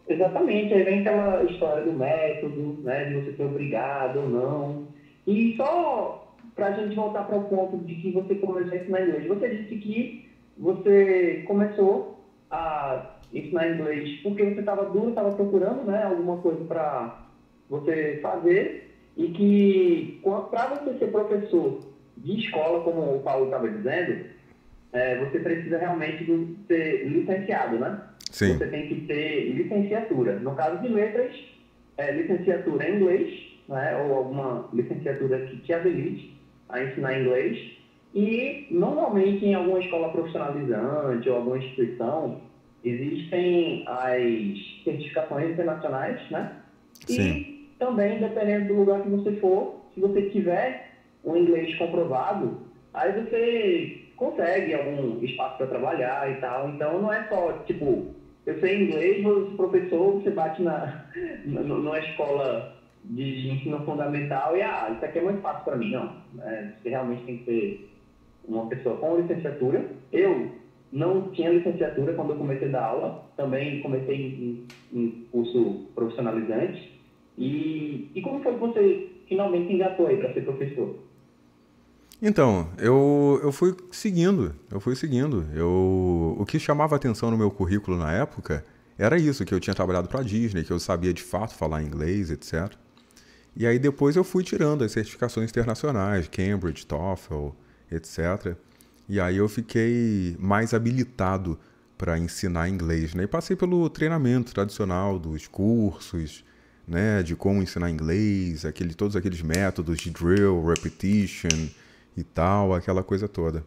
Exatamente, aí vem aquela história do método, né, de você ser obrigado ou não. E só para a gente voltar para o ponto de que você começou a ensinar inglês, você disse que você começou a ensinar inglês porque você estava duro, estava procurando, né, alguma coisa para você fazer e que para você ser professor de escola, como o Paulo estava dizendo, é, você precisa realmente de ser licenciado, né? Sim. Você tem que ter licenciatura. No caso de letras, é, licenciatura em inglês, né? Ou alguma licenciatura que te habilite a ensinar inglês. E, normalmente, em alguma escola profissionalizante ou alguma instituição, existem as certificações internacionais, né? Sim. E também, dependendo do lugar que você for, se você tiver um inglês comprovado, aí você consegue algum espaço para trabalhar e tal. Então, não é só, tipo, eu sei inglês, vou ser professor, você bate na, na, numa escola de ensino fundamental e, ah, isso aqui é muito fácil para mim. Não, é, você realmente tem que ser uma pessoa com licenciatura. Eu não tinha licenciatura quando eu comecei a dar aula, também comecei em, em curso profissionalizante. E, e como foi que você finalmente engatou aí para ser professor? Então, eu, eu fui seguindo, eu fui seguindo. Eu, o que chamava atenção no meu currículo na época era isso, que eu tinha trabalhado para a Disney, que eu sabia de fato falar inglês, etcétera. E aí depois eu fui tirando as certificações internacionais, Cambridge, TOEFL, etcétera. E aí eu fiquei mais habilitado para ensinar inglês, né? E passei pelo treinamento tradicional dos cursos, né, de como ensinar inglês, aquele, todos aqueles métodos de drill, repetition e tal, aquela coisa toda.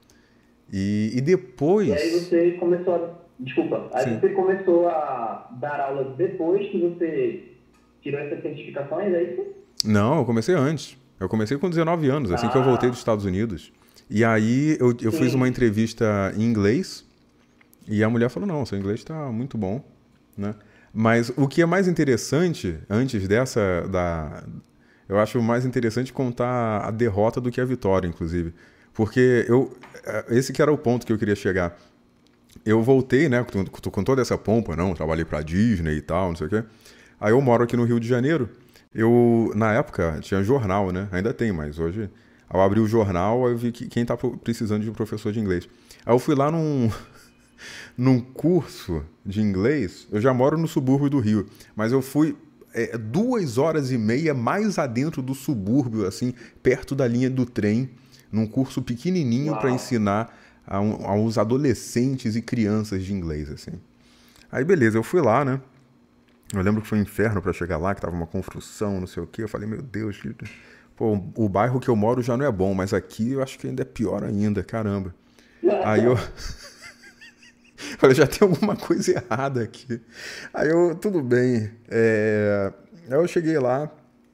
E, e depois... E aí você começou a... Desculpa. Aí Sim. você começou a dar aula depois que você tirou essas certificações, é isso? Não, eu comecei antes. Eu comecei com dezenove anos, assim que eu voltei dos Ah, Estados Unidos. E aí eu, eu fiz uma sim. entrevista em inglês e a mulher falou, não, seu inglês está muito bom, né? Mas o que é mais interessante, antes dessa, da, eu acho mais interessante contar a derrota do que a vitória, inclusive. Porque eu, esse que era o ponto que eu queria chegar. Eu voltei, né, com, com toda essa pompa, não, trabalhei pra Disney e tal, não sei o quê. Aí eu moro aqui no Rio de Janeiro. Eu, na época, tinha jornal, né? Ainda tem, mas hoje, ao abrir o jornal, eu vi que quem tá precisando de um professor de inglês. Aí eu fui lá num, num curso de inglês. Eu já moro no subúrbio do Rio, mas eu fui é, duas horas e meia mais adentro do subúrbio, assim, perto da linha do trem, num curso pequenininho para Uau. ensinar a, um, a uns adolescentes e crianças de inglês, assim. Aí beleza, eu fui lá, né? Eu lembro que foi um inferno para chegar lá, que tava uma construção, não sei o quê. Eu falei, meu Deus, pô, o bairro que eu moro já não é bom, mas aqui eu acho que ainda é pior ainda, caramba. Aí eu falei, já tem alguma coisa errada aqui. Aí eu, tudo bem. É... Aí eu cheguei lá,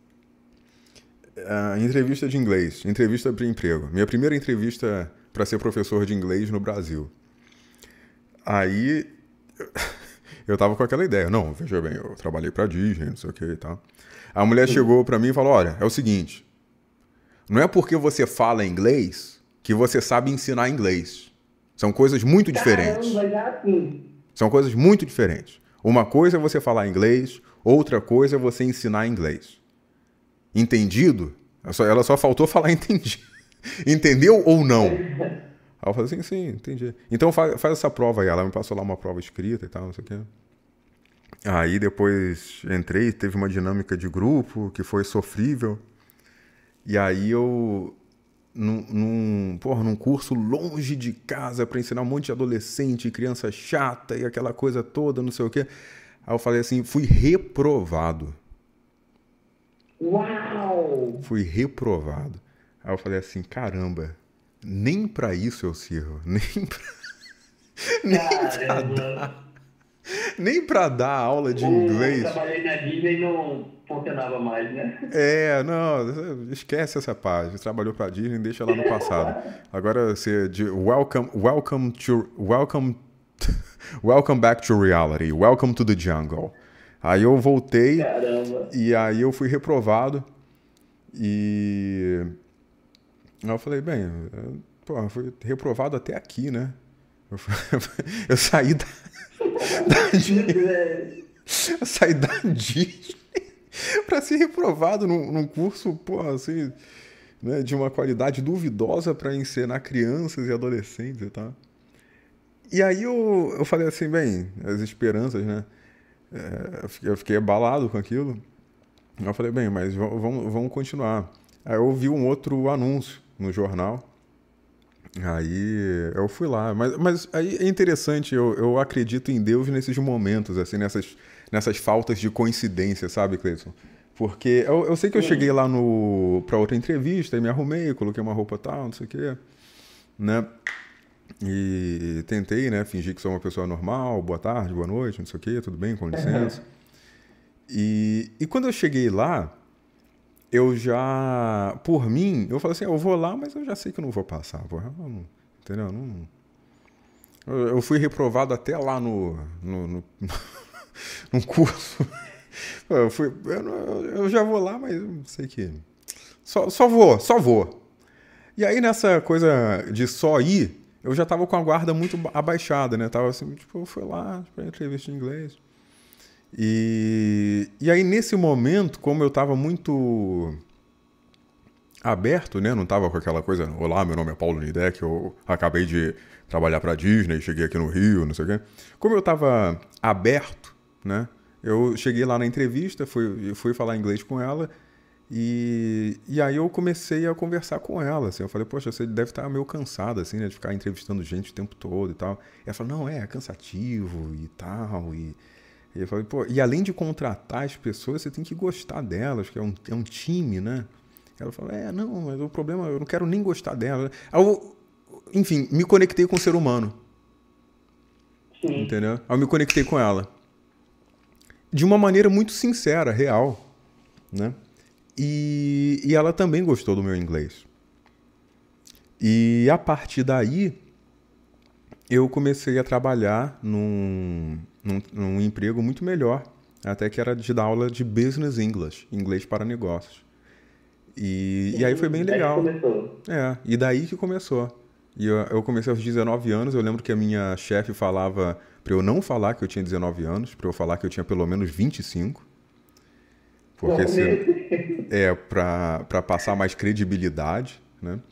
a entrevista de inglês, entrevista para emprego. Minha primeira entrevista para ser professor de inglês no Brasil. Aí eu tava com aquela ideia, não, veja bem, eu trabalhei pra Disney, não sei o que e tal. A mulher chegou pra mim e falou, olha, é o seguinte, não é porque você fala inglês que você sabe ensinar inglês. São coisas muito diferentes. Caramba, já assim. São coisas muito diferentes. Uma coisa é você falar inglês, outra coisa é você ensinar inglês. Entendido? Ela só faltou falar entendido. Entendeu ou não? Aí eu falei assim, sim, entendi. Então faz, faz essa prova aí. Ela me passou lá uma prova escrita e tal, não sei o quê. Aí depois entrei, teve uma dinâmica de grupo que foi sofrível. E aí eu, num, num, porra, num curso longe de casa para ensinar um monte de adolescente, criança chata e aquela coisa toda, não sei o quê. Aí eu falei assim, fui reprovado. Uau! Fui reprovado. Aí eu falei assim, caramba, nem pra isso eu sirvo. Nem pra, nem pra Caramba! dar, nem pra dar aula de O inglês. trabalhei na Disney e não funcionava mais, né? É, não, esquece essa parte. Você trabalhou pra Disney, deixa lá no passado. Agora você de welcome, welcome to, welcome, welcome back to reality. Welcome to the jungle. Aí eu voltei Caramba! e aí eu fui reprovado e aí eu falei, bem, eu, pô, eu fui reprovado até aqui, né? Eu, fui, eu saí da, da, sair da Disney para ser reprovado num, num curso, pô, assim, né, de uma qualidade duvidosa para ensinar crianças e adolescentes e tal. E aí eu, eu falei assim, bem, as esperanças, né? É, eu, fiquei, eu fiquei abalado com aquilo. Eu falei, bem, mas vamos, vamos continuar. Aí eu vi um outro anúncio no jornal. Aí eu fui lá. Mas, mas aí é interessante, eu, eu acredito em Deus nesses momentos, assim, nessas, nessas faltas de coincidência, sabe, Cleiton? Porque eu, eu sei que eu cheguei lá no, pra outra entrevista e me arrumei, coloquei uma roupa tal, não sei o quê, né? E tentei, né, fingir que sou uma pessoa normal, boa tarde, boa noite, não sei o quê, tudo bem, com licença. E, e quando eu cheguei lá, eu já, por mim, eu falei assim, eu vou lá, mas eu já sei que eu não vou passar, porra, não, entendeu? Não, eu, eu fui reprovado até lá no, no, no, no curso. Eu, fui, eu, eu já vou lá, mas eu sei que... Só, só vou, só vou. E aí nessa coisa de só ir, eu já tava com a guarda muito abaixada, né? Tava assim, tipo, eu fui lá pra entrevista em inglês. E, e aí nesse momento, como eu tava muito aberto, né? Não tava com aquela coisa, olá, meu nome é Paulo Nidec, eu acabei de trabalhar pra Disney, cheguei aqui no Rio, não sei o quê. Como eu tava aberto, né? Eu cheguei lá na entrevista, fui, fui falar inglês com ela. E, e aí eu comecei a conversar com ela, assim, eu falei, poxa, você deve estar meio cansada, assim, né, de ficar entrevistando gente o tempo todo e tal. E ela falou, não, é, é cansativo e tal, e, e eu falei, pô, e além de contratar as pessoas, você tem que gostar delas, que é um, é um time, né? Ela falou, é, não, mas o problema, eu não quero nem gostar dela. Aí eu, enfim, me conectei com o ser humano. Sim. Entendeu? Aí eu me conectei com ela. De uma maneira muito sincera, real, né? E, e ela também gostou do meu inglês. E a partir daí, eu comecei a trabalhar num, num, num emprego muito melhor, até que era de dar aula de Business English, inglês para negócios. E, e aí foi bem legal. Aí começou. É, e daí que começou. E eu, eu comecei aos dezenove anos, eu lembro que a minha chefe falava para eu não falar que eu tinha dezenove anos, para eu falar que eu tinha pelo menos vinte e cinco. Porque se, é para passar mais credibilidade, né?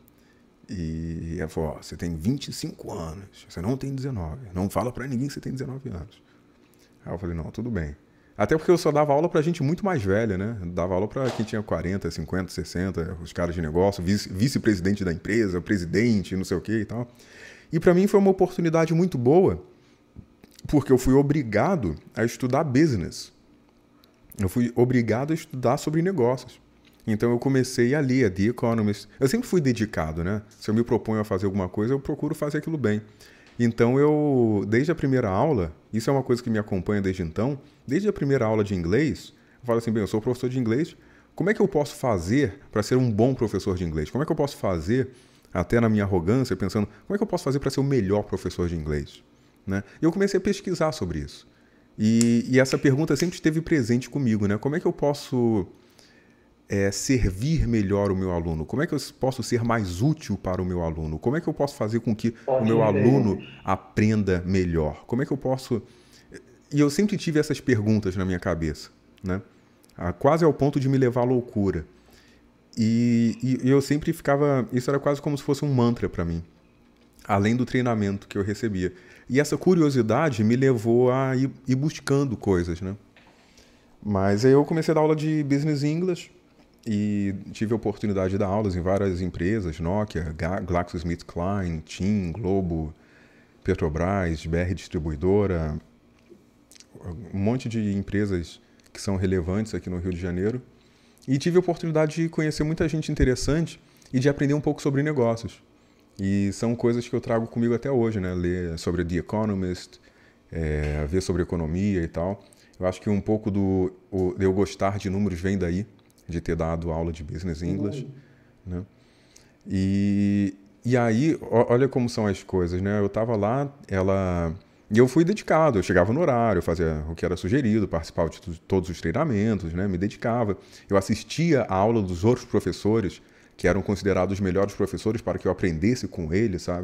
E ela falou, ó, você tem vinte e cinco anos, você não tem dezenove. Não fala para ninguém que você tem dezenove anos. Aí eu falei, não, tudo bem. Até porque eu só dava aula pra gente muito mais velha, né? Eu dava aula pra quem tinha quarenta, cinquenta, sessenta, os caras de negócio, vice, vice-presidente da empresa, presidente, não sei o que e tal. E pra mim foi uma oportunidade muito boa, porque eu fui obrigado a estudar business. Eu fui obrigado a estudar sobre negócios. Então eu comecei a ler The Economist. Eu sempre fui dedicado, né? Se eu me proponho a fazer alguma coisa, eu procuro fazer aquilo bem. Então eu, desde a primeira aula, isso é uma coisa que me acompanha desde então, desde a primeira aula de inglês, eu falo assim, bem, eu sou professor de inglês, como é que eu posso fazer para ser um bom professor de inglês? Como é que eu posso fazer, até na minha arrogância, pensando, como é que eu posso fazer para ser o melhor professor de inglês? Né? E eu comecei a pesquisar sobre isso. E, e essa pergunta sempre esteve presente comigo, né? Como é que eu posso é, servir melhor o meu aluno? Como é que eu posso ser mais útil para o meu aluno? Como é que eu posso fazer com que o meu aluno aprenda melhor? Como é que eu posso... E eu sempre tive essas perguntas na minha cabeça, né? Quase ao ponto de me levar à loucura. E, e, e eu sempre ficava... Isso era quase como se fosse um mantra para mim, além do treinamento que eu recebia. E essa curiosidade me levou a ir, ir buscando coisas, né? Mas aí eu comecei a dar aula de Business English e tive a oportunidade de dar aulas em várias empresas, Nokia, GlaxoSmithKline, TIM, Globo, Petrobras, B R Distribuidora, um monte de empresas que são relevantes aqui no Rio de Janeiro. E tive a oportunidade de conhecer muita gente interessante e de aprender um pouco sobre negócios. E são coisas que eu trago comigo até hoje, né? Ler sobre The Economist, é, ver sobre economia e tal. Eu acho que um pouco do o, de eu gostar de números vem daí, de ter dado aula de Business English, uhum. Né? E, e aí, olha como são as coisas, né? Eu estava lá, ela... E eu fui dedicado, eu chegava no horário, fazia o que era sugerido, participava de todos os treinamentos, né? Me dedicava. Eu assistia a aula dos outros professores, que eram considerados os melhores professores para que eu aprendesse com eles, sabe?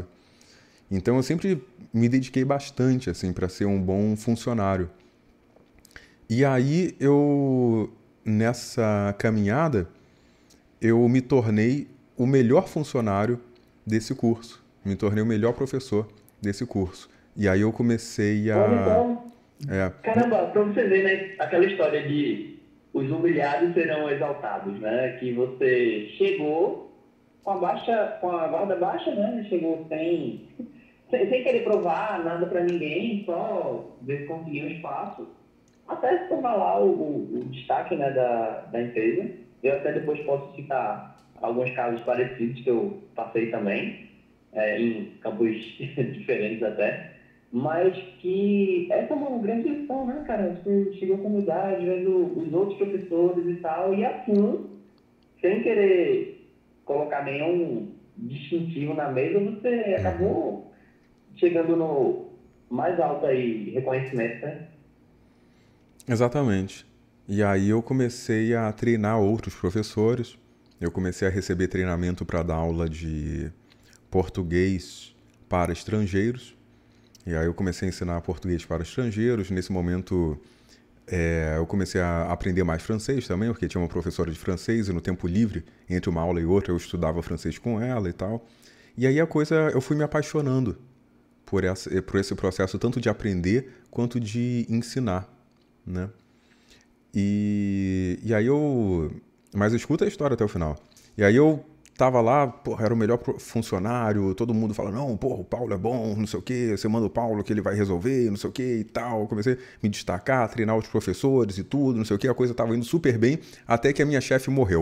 Então eu sempre me dediquei bastante, assim, para ser um bom funcionário. E aí eu, nessa caminhada, eu me tornei o melhor funcionário desse curso. Me tornei o melhor professor desse curso. E aí eu comecei Olha, a... então, É, caramba, pra você ver, né, aquela história de os humilhados serão exaltados, né? Que você chegou com a baixa, com a guarda baixa, né? Chegou sem, sem, sem querer provar nada pra ninguém, só ver se conseguir um espaço, até se tornar lá o, o, o destaque, né, da, da empresa. Eu até depois posso citar alguns casos parecidos que eu passei também, é, em campos diferentes até, mas que essa é uma grande lição, né, cara? Você chegou à comunidade, vendo os outros professores e tal, e assim, sem querer colocar nenhum distintivo na mesa, você uhum, acabou chegando no mais alto aí reconhecimento, né? exatamente. E aí eu comecei a treinar outros professores. Eu comecei a receber treinamento para dar aula de português para estrangeiros. E aí eu comecei a ensinar português para estrangeiros. Nesse momento é, eu comecei a aprender mais francês também, porque tinha uma professora de francês e no tempo livre, entre uma aula e outra, eu estudava francês com ela e tal. E aí a coisa, eu fui me apaixonando por, essa, por esse processo tanto de aprender quanto de ensinar, né? E, e aí eu... Mas escuta a história até o final. E aí eu tava lá, porra, era o melhor funcionário, todo mundo fala, não, porra, o Paulo é bom, não sei o quê, você manda o Paulo que ele vai resolver, não sei o quê e tal. Eu comecei a me destacar, treinar os professores e tudo, não sei o quê, a coisa tava indo super bem, até que a minha chefe morreu.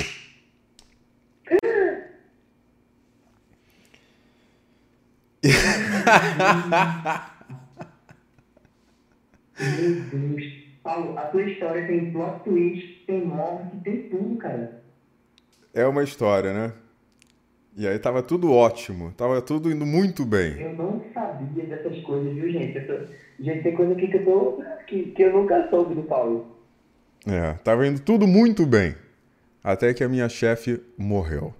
Meu Deus. Paulo, a tua história tem plot twist, tem morte, tem tudo, cara. É uma história, né? E aí tava tudo ótimo, tava tudo indo muito bem. Eu não sabia dessas coisas, viu, gente? Eu tô- Gente, tem coisa aqui que eu, tô... que, que eu nunca soube do Paulo. É, tava indo tudo muito bem, até que a minha chefe morreu.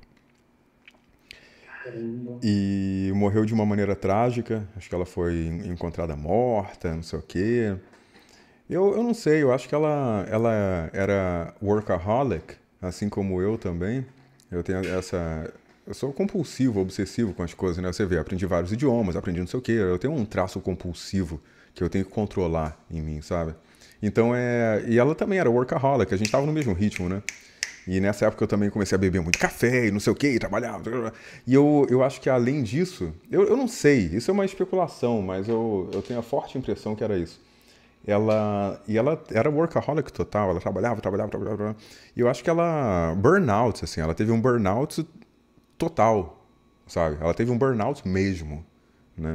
Caramba. E morreu de uma maneira trágica. Acho que ela foi encontrada morta, não sei o quê. Eu, eu não sei, eu acho que ela, ela era workaholic, assim como eu também. Eu tenho essa. Eu sou compulsivo, obsessivo com as coisas, né? Você vê, aprendi vários idiomas, aprendi não sei o quê. Eu tenho um traço compulsivo que eu tenho que controlar em mim, sabe? Então é. E ela também era workaholic, a gente tava no mesmo ritmo, né? E nessa época eu também comecei a beber muito café e não sei o que, e trabalhar. E eu, eu acho que além disso, eu, eu não sei, isso é uma especulação, mas eu, eu tenho a forte impressão que era isso. Ela, e ela era workaholic total, ela trabalhava, trabalhava, trabalhava, trabalhava. E eu acho que ela, burnout, assim, ela teve um burnout total, sabe? Ela teve um burnout mesmo, né?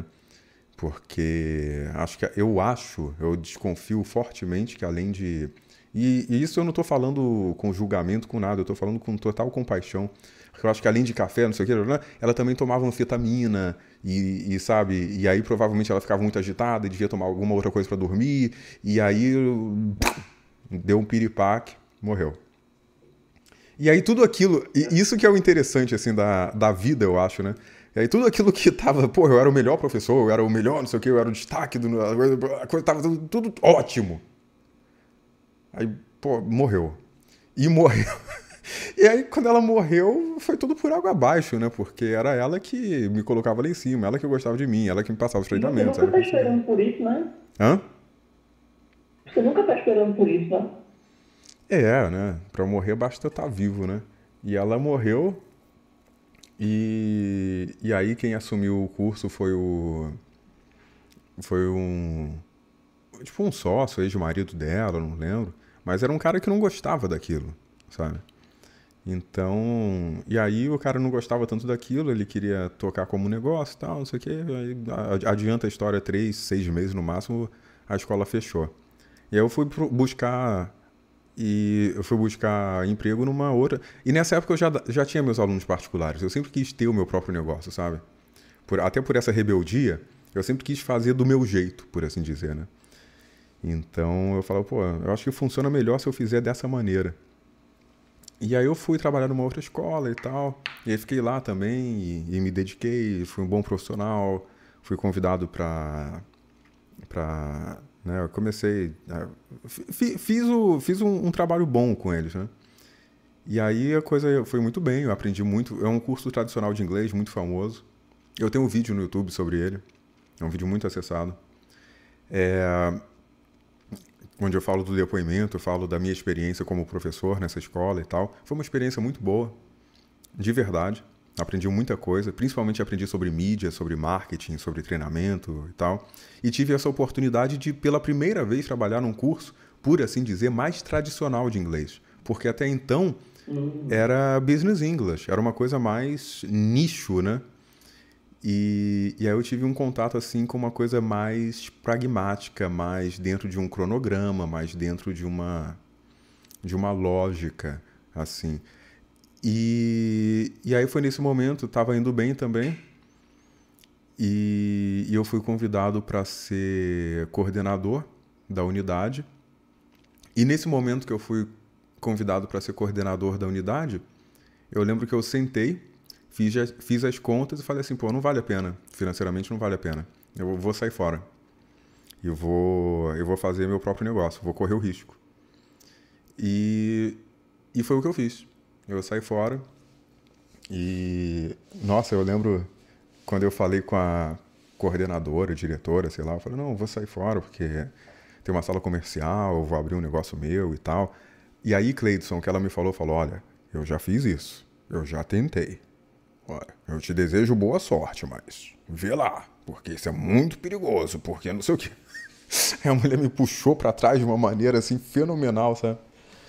Porque acho que eu acho, eu desconfio fortemente que além de e, e isso eu não estou falando com julgamento, com nada, eu estou falando com total compaixão. Porque eu acho que além de café, não sei o que, ela também tomava anfetamina e, e sabe, e aí provavelmente ela ficava muito agitada e devia tomar alguma outra coisa para dormir e aí deu um piripaque, morreu. E aí tudo aquilo, e isso que é o interessante, assim, da, da vida, eu acho, né? E aí tudo aquilo que tava, pô, eu era o melhor professor, eu era o melhor, não sei o que, eu era o destaque, do, a coisa tava tudo, tudo ótimo. Aí, pô, morreu. E morreu. E aí, quando ela morreu, foi tudo por água abaixo, né? Porque era ela que me colocava lá em cima, ela que gostava de mim, ela que me passava os E você treinamentos, nunca ela que tá me ensinava. esperando por isso, né? Hã? Você nunca tá esperando por isso, né? É, né? Pra eu morrer basta eu estar vivo, né? E ela morreu, e, e aí quem assumiu o curso foi o. Foi um. Tipo um sócio, ex-marido dela, não lembro. Mas era um cara que não gostava daquilo, sabe? Então, e aí o cara não gostava tanto daquilo, ele queria tocar como negócio e tal, não sei o quê. Aí adianta a história, três, seis meses no máximo, a escola fechou. E aí eu fui buscar e eu fui buscar emprego numa outra. E nessa época eu já, já tinha meus alunos particulares. Eu sempre quis ter o meu próprio negócio, sabe? Por, até por essa rebeldia, eu sempre quis fazer do meu jeito, por assim dizer, né? Então eu falava, pô, eu acho que funciona melhor se eu fizer dessa maneira. E aí eu fui trabalhar numa outra escola e tal. E aí fiquei lá também e, e me dediquei, fui um bom profissional, fui convidado para para né? Eu comecei... Fiz, fiz, o, fiz um, um trabalho bom com eles, né? E aí a coisa foi muito bem, eu aprendi muito. É um curso tradicional de inglês muito famoso. Eu tenho um vídeo no YouTube sobre ele. É um vídeo muito acessado. É... Onde eu falo do depoimento, eu falo da minha experiência como professor nessa escola e tal. Foi uma experiência muito boa, de verdade. Aprendi muita coisa, principalmente aprendi sobre mídia, sobre marketing, sobre treinamento e tal. E tive essa oportunidade de, pela primeira vez, trabalhar num curso, por assim dizer, mais tradicional de inglês. Porque até então era business English, era uma coisa mais nicho, né? E, e aí eu tive um contato assim com uma coisa mais pragmática, mais dentro de um cronograma, mais dentro de uma, de uma lógica, assim. E, e aí foi nesse momento, estava indo bem também, e, e eu fui convidado para ser coordenador da unidade. E nesse momento que eu fui convidado para ser coordenador da unidade, eu lembro que eu sentei, fiz, fiz as contas e falei assim, pô, não vale a pena, financeiramente não vale a pena, eu vou sair fora. Eu vou, eu vou fazer meu próprio negócio, vou correr o risco. E, e foi o que eu fiz. Eu saí fora e, nossa, eu lembro quando eu falei com a coordenadora, diretora, sei lá, eu falei, não, eu vou sair fora porque tem uma sala comercial, eu vou abrir um negócio meu e tal. E aí, Cleidson, que ela me falou, falou, olha, eu já fiz isso, eu já tentei. Olha, eu te desejo boa sorte, mas vê lá, porque isso é muito perigoso, porque não sei o quê. Aí a mulher me puxou pra trás de uma maneira, assim, fenomenal, sabe?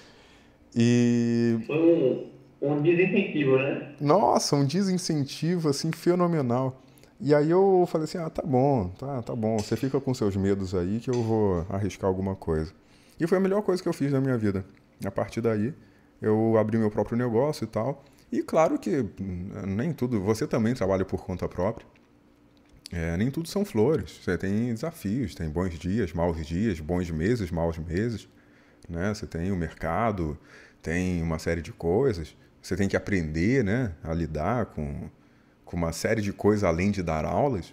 E... Foi um, um desincentivo, né? Nossa, um desincentivo, assim, fenomenal. E aí eu falei assim, ah, tá bom, tá, tá bom, você fica com seus medos aí que eu vou arriscar alguma coisa. E foi a melhor coisa que eu fiz na minha vida. A partir daí, eu abri meu próprio negócio e tal. E claro que nem tudo, você também trabalha por conta própria. É, nem tudo são flores. Você tem desafios, tem bons dias, maus dias, bons meses, maus meses. Né? Você tem o mercado, tem uma série de coisas. Você tem que aprender, né, a lidar com, com uma série de coisas além de dar aulas.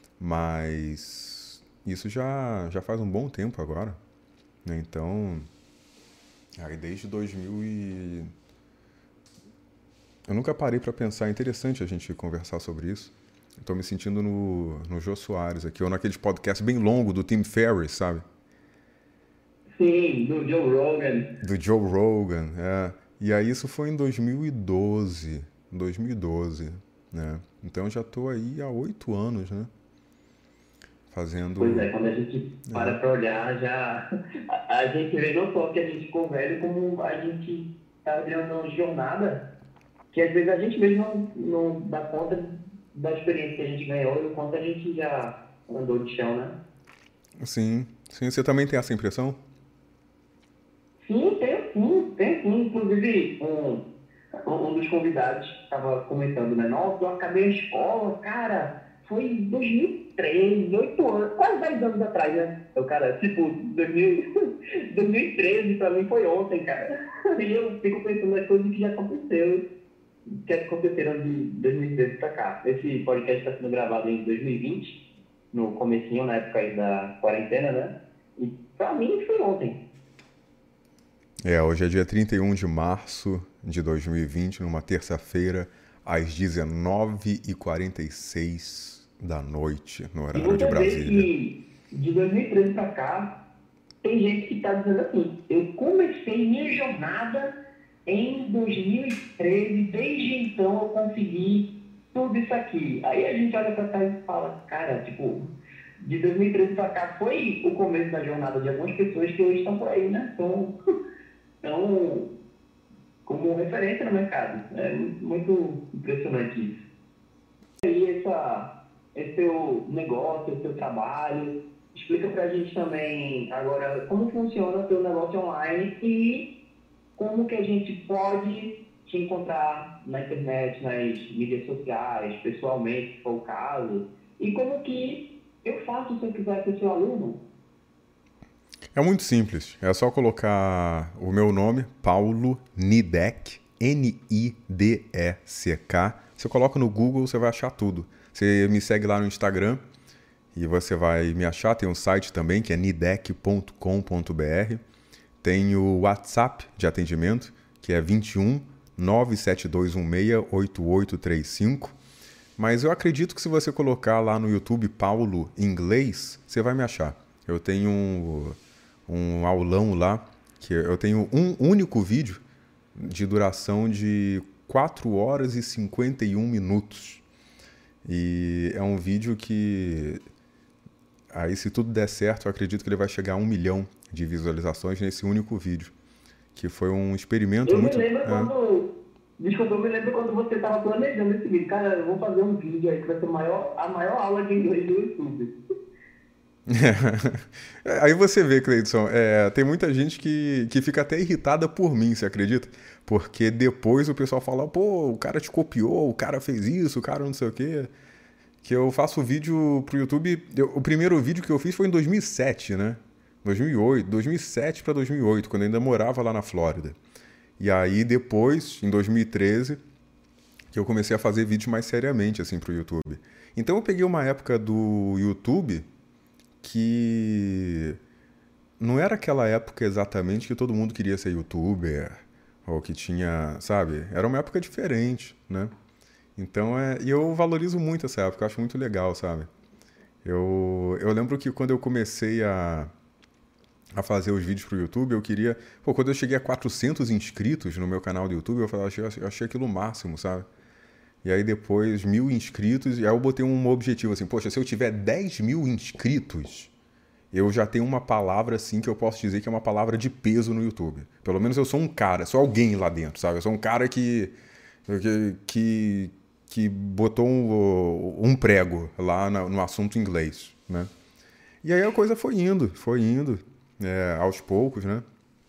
Mas isso já, já faz um bom tempo agora. Né? Então, aí desde dois mil e... Eu nunca parei para pensar, é interessante a gente conversar sobre isso. Estou me sentindo no, no Jô Soares aqui, ou naqueles podcasts bem longos do Tim Ferriss, sabe? Sim, do Joe Rogan. Do Joe Rogan, é. E aí isso foi em dois mil e doze, dois mil e doze, né? Então eu já estou aí há oito anos, né? Fazendo... Pois é, quando a gente para é. para olhar, já a, a gente vê não só que a gente ficou velho, como a gente está criando uma jornada que às vezes a gente mesmo não, não dá conta da experiência que a gente ganhou e o quanto a gente já andou de chão, né? Sim, sim. Você também tem essa impressão? Sim, tem sim, tem sim. Inclusive, um, um dos convidados estava comentando, né? Nossa, eu acabei a escola, cara, foi em dois mil e treze, oito anos, quase dez anos atrás, né? Eu, cara, tipo, dois mil, dois mil e treze pra mim foi ontem, cara. E eu fico pensando nas coisas que já aconteceram, que aconteceram de dois mil e treze pra cá. Esse podcast está sendo gravado em dois mil e vinte, no comecinho, na época aí da quarentena, né? E pra mim foi ontem. É, hoje é dia trinta e um de março de dois mil e vinte, numa terça-feira, às dezenove e quarenta e seis da noite, no horário de Brasília. Que de dois mil e treze pra cá, tem gente que está dizendo assim, eu comecei minha jornada em dois mil e treze, desde então eu consegui tudo isso aqui. Aí a gente olha para trás e fala, cara, tipo, de dois mil e treze para cá foi o começo da jornada de algumas pessoas que hoje estão por aí, né? Estão, estão como referência no mercado. É muito impressionante isso. E essa, esse seu negócio, esse seu trabalho, explica pra gente também agora como funciona o seu negócio online e como que a gente pode te encontrar na internet, nas mídias sociais, pessoalmente, se for o caso, e como que eu faço se eu quiser ser seu aluno. É muito simples, é só colocar o meu nome, Paulo Nidec, N I D E C K. Você coloca no Google, você vai achar tudo. Você me segue lá no Instagram, E você vai me achar, tem um site também que é nidec ponto com ponto br. Tem o WhatsApp de atendimento, que é vinte e um, nove sete dois um seis, oito oito três cinco. Mas eu acredito que se você colocar lá no YouTube Paulo Inglês, você vai me achar. Eu tenho um, um aulão lá, que eu tenho um único vídeo de duração de quatro horas e cinquenta e um minutos. E é um vídeo que, aí se tudo der certo, eu acredito que ele vai chegar a um milhão de visualizações nesse único vídeo. Que foi um experimento eu muito... me lembro é. quando... Desculpa, eu me lembro quando você estava planejando esse vídeo. Cara, eu vou fazer um vídeo aí que vai ser a maior, a maior aula de inglês do YouTube. Aí você vê, Cleidson, é, tem muita gente que, que fica até irritada por mim, você acredita? Porque depois o pessoal fala, pô, o cara te copiou, o cara fez isso, o cara não sei o quê. Que eu faço vídeo pro YouTube... Eu, o primeiro vídeo que eu fiz foi em dois mil e sete, né? dois mil e oito, dois mil e sete para dois mil e oito, quando eu ainda morava lá na Flórida. E aí depois, em dois mil e treze, que eu comecei a fazer vídeos mais seriamente assim pro YouTube. Então eu peguei uma época do YouTube que não era aquela época exatamente que todo mundo queria ser youtuber, ou que tinha, sabe? Era uma época diferente, né? Então, é, e eu valorizo muito essa época, eu acho muito legal, sabe? Eu, eu lembro que quando eu comecei a, a fazer os vídeos pro YouTube, eu queria... Pô, quando eu cheguei a quatrocentos inscritos no meu canal do YouTube, eu, falei, eu, achei, eu achei aquilo o máximo, sabe? E aí depois mil inscritos, e aí eu botei um objetivo assim, poxa, se eu tiver dez mil inscritos, eu já tenho uma palavra assim que eu posso dizer que é uma palavra de peso no YouTube. Pelo menos eu sou um cara, sou alguém lá dentro, sabe? Eu sou um cara que... que, que que botou um, um prego lá no, no assunto inglês, né? E aí a coisa foi indo, foi indo, é, aos poucos, né?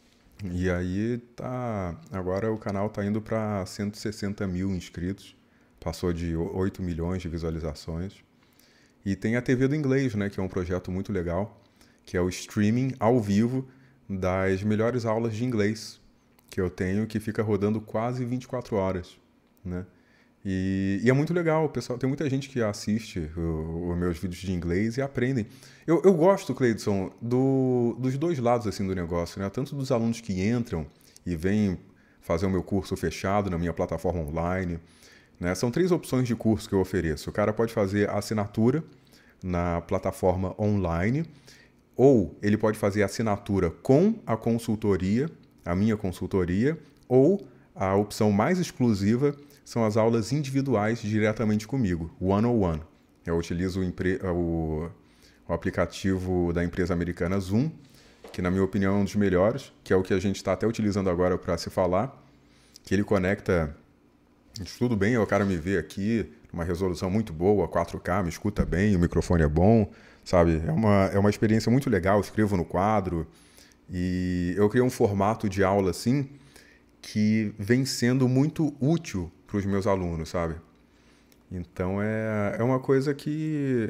E aí tá... Agora o canal tá indo para cento e sessenta mil inscritos, passou de oito milhões de visualizações. E tem a T V do Inglês, né? Que é um projeto muito legal, que é o streaming ao vivo das melhores aulas de inglês que eu tenho, que fica rodando quase vinte e quatro horas, né? E, e é muito legal, pessoal. Tem muita gente que assiste os meus vídeos de inglês e aprendem. Eu, eu gosto, Cleidson, do, dos dois lados assim, do negócio, né? Tanto dos alunos que entram e vêm fazer o meu curso fechado na minha plataforma online, né? São três opções de curso que eu ofereço. O cara pode fazer a assinatura na plataforma online, ou ele pode fazer a assinatura com a consultoria, a minha consultoria, ou a opção mais exclusiva são as aulas individuais diretamente comigo, one on one. Eu utilizo o, empre... o... o aplicativo da empresa americana Zoom, que na minha opinião é um dos melhores, que é o que a gente está até utilizando agora para se falar, que ele conecta tudo bem, o cara me vê aqui, uma resolução muito boa, quatro K, me escuta bem, o microfone é bom, sabe? É uma, é uma experiência muito legal, eu escrevo no quadro, e eu criei um formato de aula assim, que vem sendo muito útil para os meus alunos, sabe? Então é, é uma coisa que,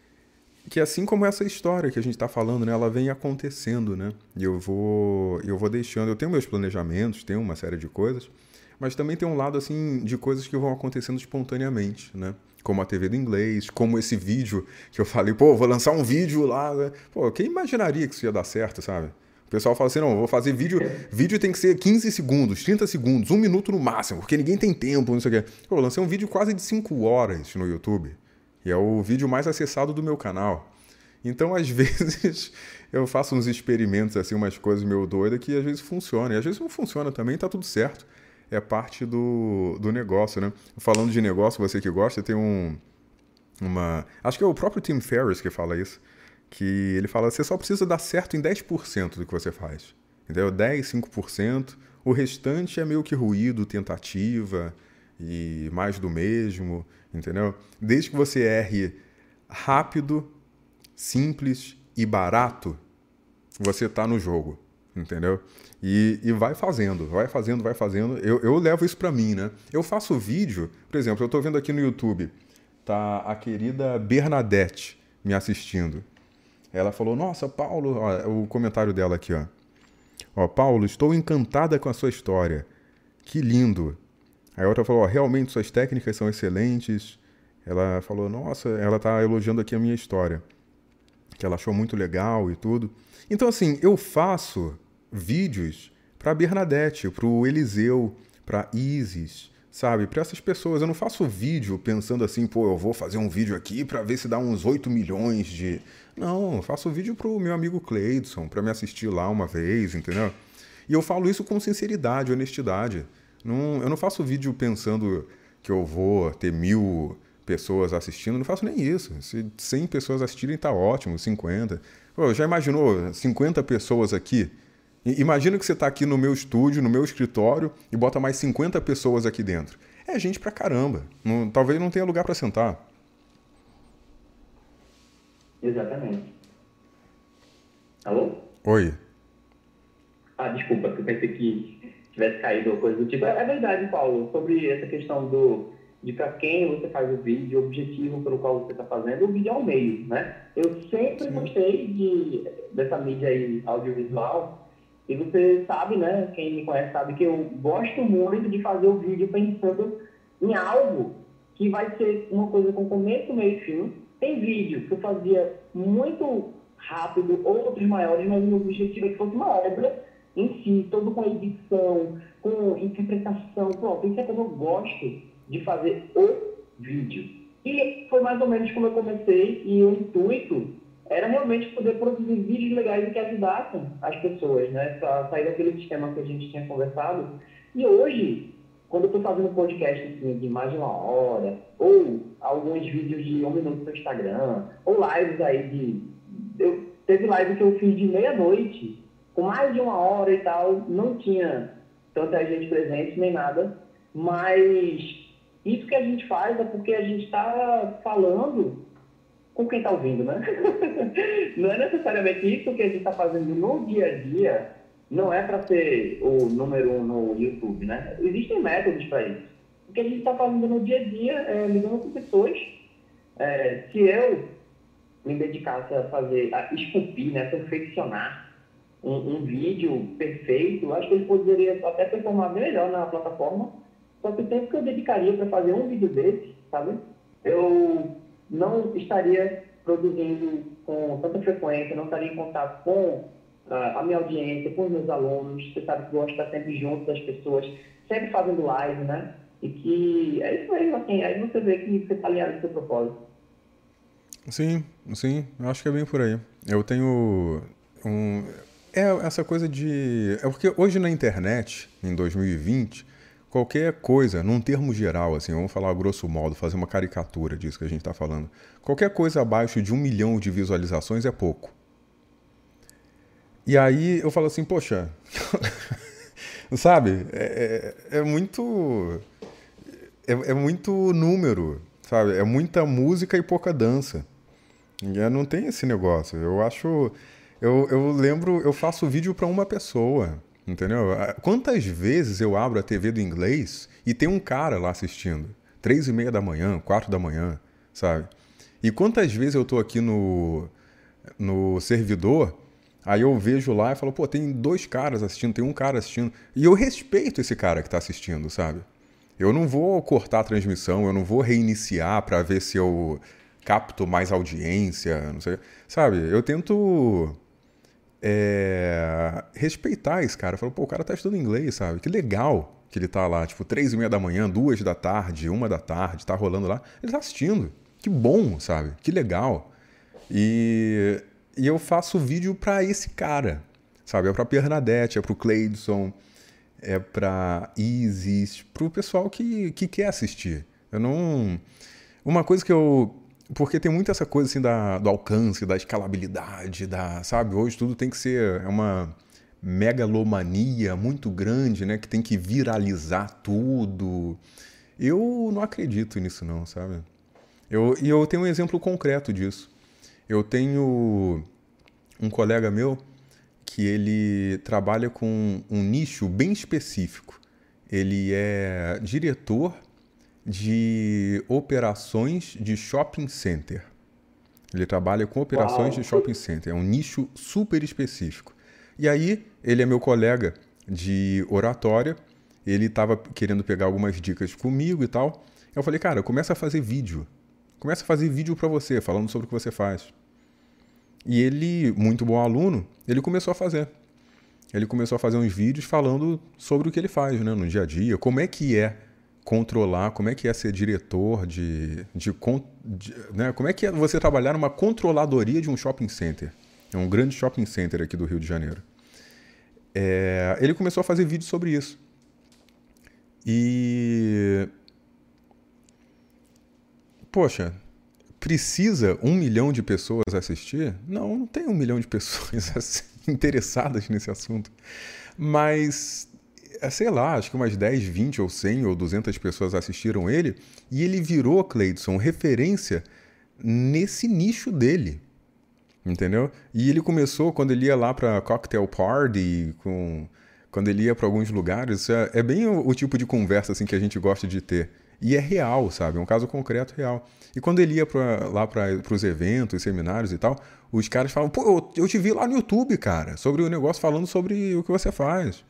que assim como essa história que a gente está falando, né, ela vem acontecendo, né? E eu vou, eu vou deixando, eu tenho meus planejamentos, tenho uma série de coisas, mas também tem um lado assim de coisas que vão acontecendo espontaneamente, né? Como a T V do Inglês, como esse vídeo que eu falei, pô, vou lançar um vídeo lá, né? Pô, quem imaginaria que isso ia dar certo, sabe? O pessoal fala assim, não, vou fazer vídeo, vídeo tem que ser quinze segundos, trinta segundos, um minuto no máximo, porque ninguém tem tempo, não sei o quê. Pô, eu lancei um vídeo quase de cinco horas no YouTube, e é o vídeo mais acessado do meu canal. Então, às vezes, eu faço uns experimentos, assim, umas coisas meio doidas que às vezes funcionam, e às vezes não funciona também, tá tudo certo. É parte do, do negócio, né? Falando de negócio, você que gosta, tem um... uma... Acho que é o próprio Tim Ferriss que fala isso, que ele fala, você só precisa dar certo em dez por cento do que você faz. Entendeu? dez, cinco por cento. O restante é meio que ruído, tentativa e mais do mesmo, entendeu? Desde que você erre rápido, simples e barato, você tá no jogo, entendeu? E, e vai fazendo, vai fazendo, vai fazendo. Eu, eu levo isso pra mim, né? Eu faço vídeo, por exemplo, eu tô vendo aqui no YouTube, tá a querida Bernadette me assistindo. Ela falou, nossa, Paulo, ó, o comentário dela aqui, ó. Ó, Paulo, estou encantada com a sua história. Que lindo. Aí a outra falou, ó, realmente suas técnicas são excelentes. Ela falou, nossa, ela tá elogiando aqui a minha história. que ela achou muito legal e tudo. Então, assim, eu faço vídeos para Bernadette, para o Eliseu, para Isis, sabe? Para essas pessoas. Eu não faço vídeo pensando assim, pô, eu vou fazer um vídeo aqui para ver se dá uns oito milhões de... Não, eu faço vídeo pro meu amigo Cleidson, para me assistir lá uma vez, entendeu? E eu falo isso com sinceridade, honestidade. Não, eu não faço vídeo pensando que eu vou ter mil pessoas assistindo, não faço nem isso. Se cem pessoas assistirem, tá ótimo, cinquenta. Pô, já imaginou cinquenta pessoas aqui? Imagina que você tá aqui no meu estúdio, no meu escritório, e bota mais cinquenta pessoas aqui dentro. É gente pra caramba. Não, talvez não tenha lugar pra sentar. Exatamente. Alô? Oi. Ah, desculpa, eu pensei que tivesse caído ou coisa do tipo. É verdade, Paulo, sobre essa questão do, de para quem você faz o vídeo, o objetivo pelo qual você está fazendo, o vídeo é o meio, né? Eu sempre Sim. gostei de, dessa mídia aí audiovisual, e você sabe, né, quem me conhece sabe que eu gosto muito de fazer o vídeo pensando em algo que vai ser uma coisa com começo, meio e fim. Tem vídeo que eu fazia muito rápido, outros maiores, mas o meu objetivo é que fosse uma obra em si, todo com edição, com interpretação, pronto, isso é como eu gosto de fazer o vídeo. E foi mais ou menos como eu comecei, e o intuito era realmente poder produzir vídeos legais e que ajudassem as pessoas, né, para sair daquele sistema que a gente tinha conversado. E hoje, quando eu estou fazendo podcast assim, de mais de uma hora, ou alguns vídeos de um minuto no Instagram, ou lives aí de... Eu, teve live que eu fiz de meia-noite, com mais de uma hora e tal, não tinha tanta gente presente nem nada, mas isso que a gente faz é porque a gente está falando com quem está ouvindo, né? Não é necessariamente isso que a gente está fazendo no dia a dia, não é para ser o número um no YouTube, né? Existem métodos para isso. O que a gente está fazendo no dia a dia é lidando com pessoas. É, se eu me dedicasse a fazer, a esculpir, né, perfeccionar um, um vídeo perfeito, acho que ele poderia até performar melhor na plataforma, só que o tempo que eu dedicaria para fazer um vídeo desse, sabe, eu não estaria produzindo com tanta frequência, não estaria em contato com a minha audiência, com os meus alunos. Você sabe que eu gosto de estar sempre junto das pessoas, sempre fazendo live, né? E que é isso mesmo, assim, aí você vê que você está alinhado com o seu propósito. Sim, sim, eu acho que é bem por aí. Eu tenho um... É essa coisa de... É porque hoje na internet, em dois mil e vinte, qualquer coisa, num termo geral, assim, vamos falar grosso modo, fazer uma caricatura disso que a gente está falando. Qualquer coisa abaixo de um milhão de visualizações é pouco. E aí eu falo assim, poxa, sabe, é, é, é muito, é, é muito número, sabe, é muita música e pouca dança. E não tem esse negócio, eu acho, eu, eu lembro, eu faço vídeo para uma pessoa, entendeu? Quantas vezes eu abro a T V do inglês e tem um cara lá assistindo, três e meia da manhã, quatro da manhã, sabe? E quantas vezes eu tô aqui no, no servidor... Aí eu vejo lá e falo, pô, tem dois caras assistindo, tem um cara assistindo. E eu respeito esse cara que está assistindo, sabe? Eu não vou cortar a transmissão, eu não vou reiniciar para ver se eu capto mais audiência, não sei. Sabe? Eu tento é, respeitar esse cara. Eu falo, pô, o cara tá estudando inglês, sabe? Que legal que ele tá lá, tipo, três e meia da manhã, duas da tarde, uma da tarde, tá rolando lá. Ele tá assistindo. Que bom, sabe? Que legal. E... E eu faço vídeo pra esse cara, sabe? É pra Bernadette, é pro Cleidson, é pra Isis, pro pessoal que, que quer assistir. Eu não... Uma coisa que eu... Porque tem muito essa coisa assim da, do alcance, da escalabilidade, da, sabe? Hoje tudo tem que ser uma megalomania muito grande, né? Que tem que viralizar tudo. Eu não acredito nisso não, sabe? Eu, e eu tenho um exemplo concreto disso. Eu tenho um colega meu que ele trabalha com um nicho bem específico. Ele é diretor de operações de shopping center. Ele trabalha com operações Uau. de shopping center. É um nicho super específico. E aí, ele é meu colega de oratória. Ele estava querendo pegar algumas dicas comigo e tal. Eu falei, cara, começa a fazer vídeo. Começa a fazer vídeo para você, falando sobre o que você faz. E ele, muito bom aluno, ele começou a fazer. Ele começou a fazer uns vídeos falando sobre o que ele faz, né, no dia a dia, como é que é controlar, como é que é ser diretor de, de, de né, como é que é você trabalhar numa controladoria de um shopping center. É um grande shopping center aqui do Rio de Janeiro. É, ele começou a fazer vídeos sobre isso. E... Poxa, precisa um milhão de pessoas assistir? Não, não tem um milhão de pessoas interessadas nesse assunto. Mas, sei lá, acho que umas dez, vinte ou cem ou duzentas pessoas assistiram ele e ele virou, Cleidson, referência nesse nicho dele. Entendeu? E ele começou quando ele ia lá pra cocktail party, com... quando ele ia para alguns lugares. É, é bem o, o tipo de conversa assim, que a gente gosta de ter. E é real, sabe? É um caso concreto real. E quando ele ia pra, lá para os eventos, seminários e tal, os caras falam, pô, eu, eu te vi lá no YouTube, cara, sobre o negócio, falando sobre o que você faz.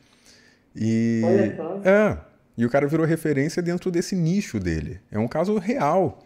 E... Olha só. É. E o cara virou referência dentro desse nicho dele. É um caso real.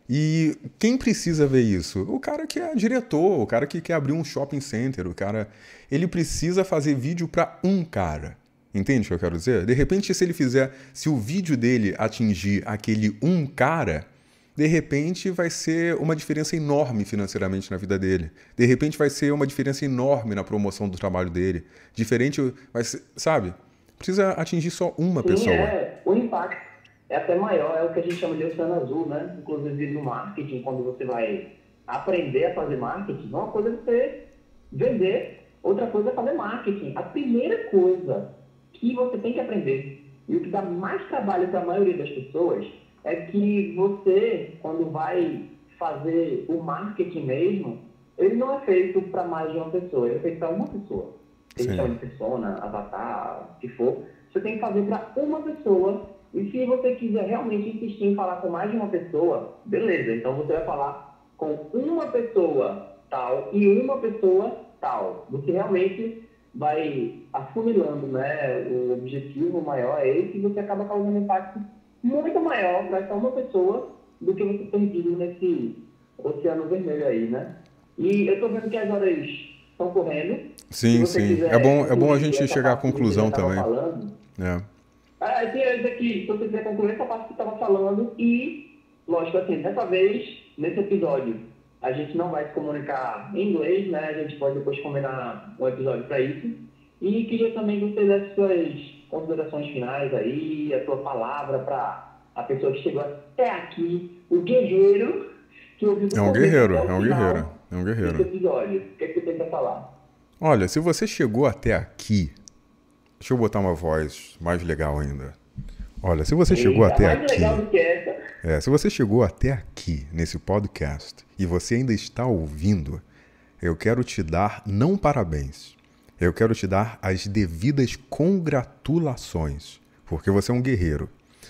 E quem precisa ver isso? O cara que é diretor, o cara que quer abrir um shopping center, o cara... Ele precisa fazer vídeo para um cara. Entende o que eu quero dizer? De repente, se ele fizer... Se o vídeo dele atingir aquele um cara, de repente vai ser uma diferença enorme financeiramente na vida dele. De repente vai ser uma diferença enorme na promoção do trabalho dele. Diferente, vai ser, sabe? Precisa atingir só uma Sim, pessoa. É, o impacto é até maior, é o que a gente chama de oceano azul, né? Inclusive no marketing, quando você vai aprender a fazer marketing, uma coisa é você vender, outra coisa é fazer marketing. A primeira coisa que você tem que aprender, e o que dá mais trabalho para a maioria das pessoas, é que você, quando vai fazer o marketing mesmo, ele não é feito para mais de uma pessoa, ele é feito para uma pessoa. Ele chama de persona, avatar, o que for. Você tem que fazer para uma pessoa. E se você quiser realmente insistir em falar com mais de uma pessoa, beleza. Então você vai falar com uma pessoa tal e uma pessoa tal. Você realmente vai afunilando, né? O objetivo maior é esse e você acaba causando um impacto muito maior para essa uma pessoa do que você perdido nesse oceano vermelho aí, né? E eu tô vendo que as horas estão correndo. Sim, sim. É bom, é bom a gente chegar à conclusão também. Falando, é. Ah, esse aqui, se você quiser concluir essa parte que você estava falando, e, lógico, assim, dessa vez, nesse episódio, a gente não vai se comunicar em inglês, né? A gente pode depois combinar um episódio para isso. E queria também que você desse suas considerações finais aí, a sua palavra para a pessoa que chegou até aqui, o guerreiro que ouviu É um guerreiro, é um guerreiro, é um guerreiro. Esse episódio. O que, é que você tem para falar? Olha, se você chegou até aqui, deixa eu botar uma voz mais legal ainda. Olha, se você Eita, chegou até mais aqui, legal do que essa. É, se você chegou até aqui nesse podcast e você ainda está ouvindo, eu quero te dar não parabéns, eu quero te dar as devidas congratulações, porque você é um guerreiro.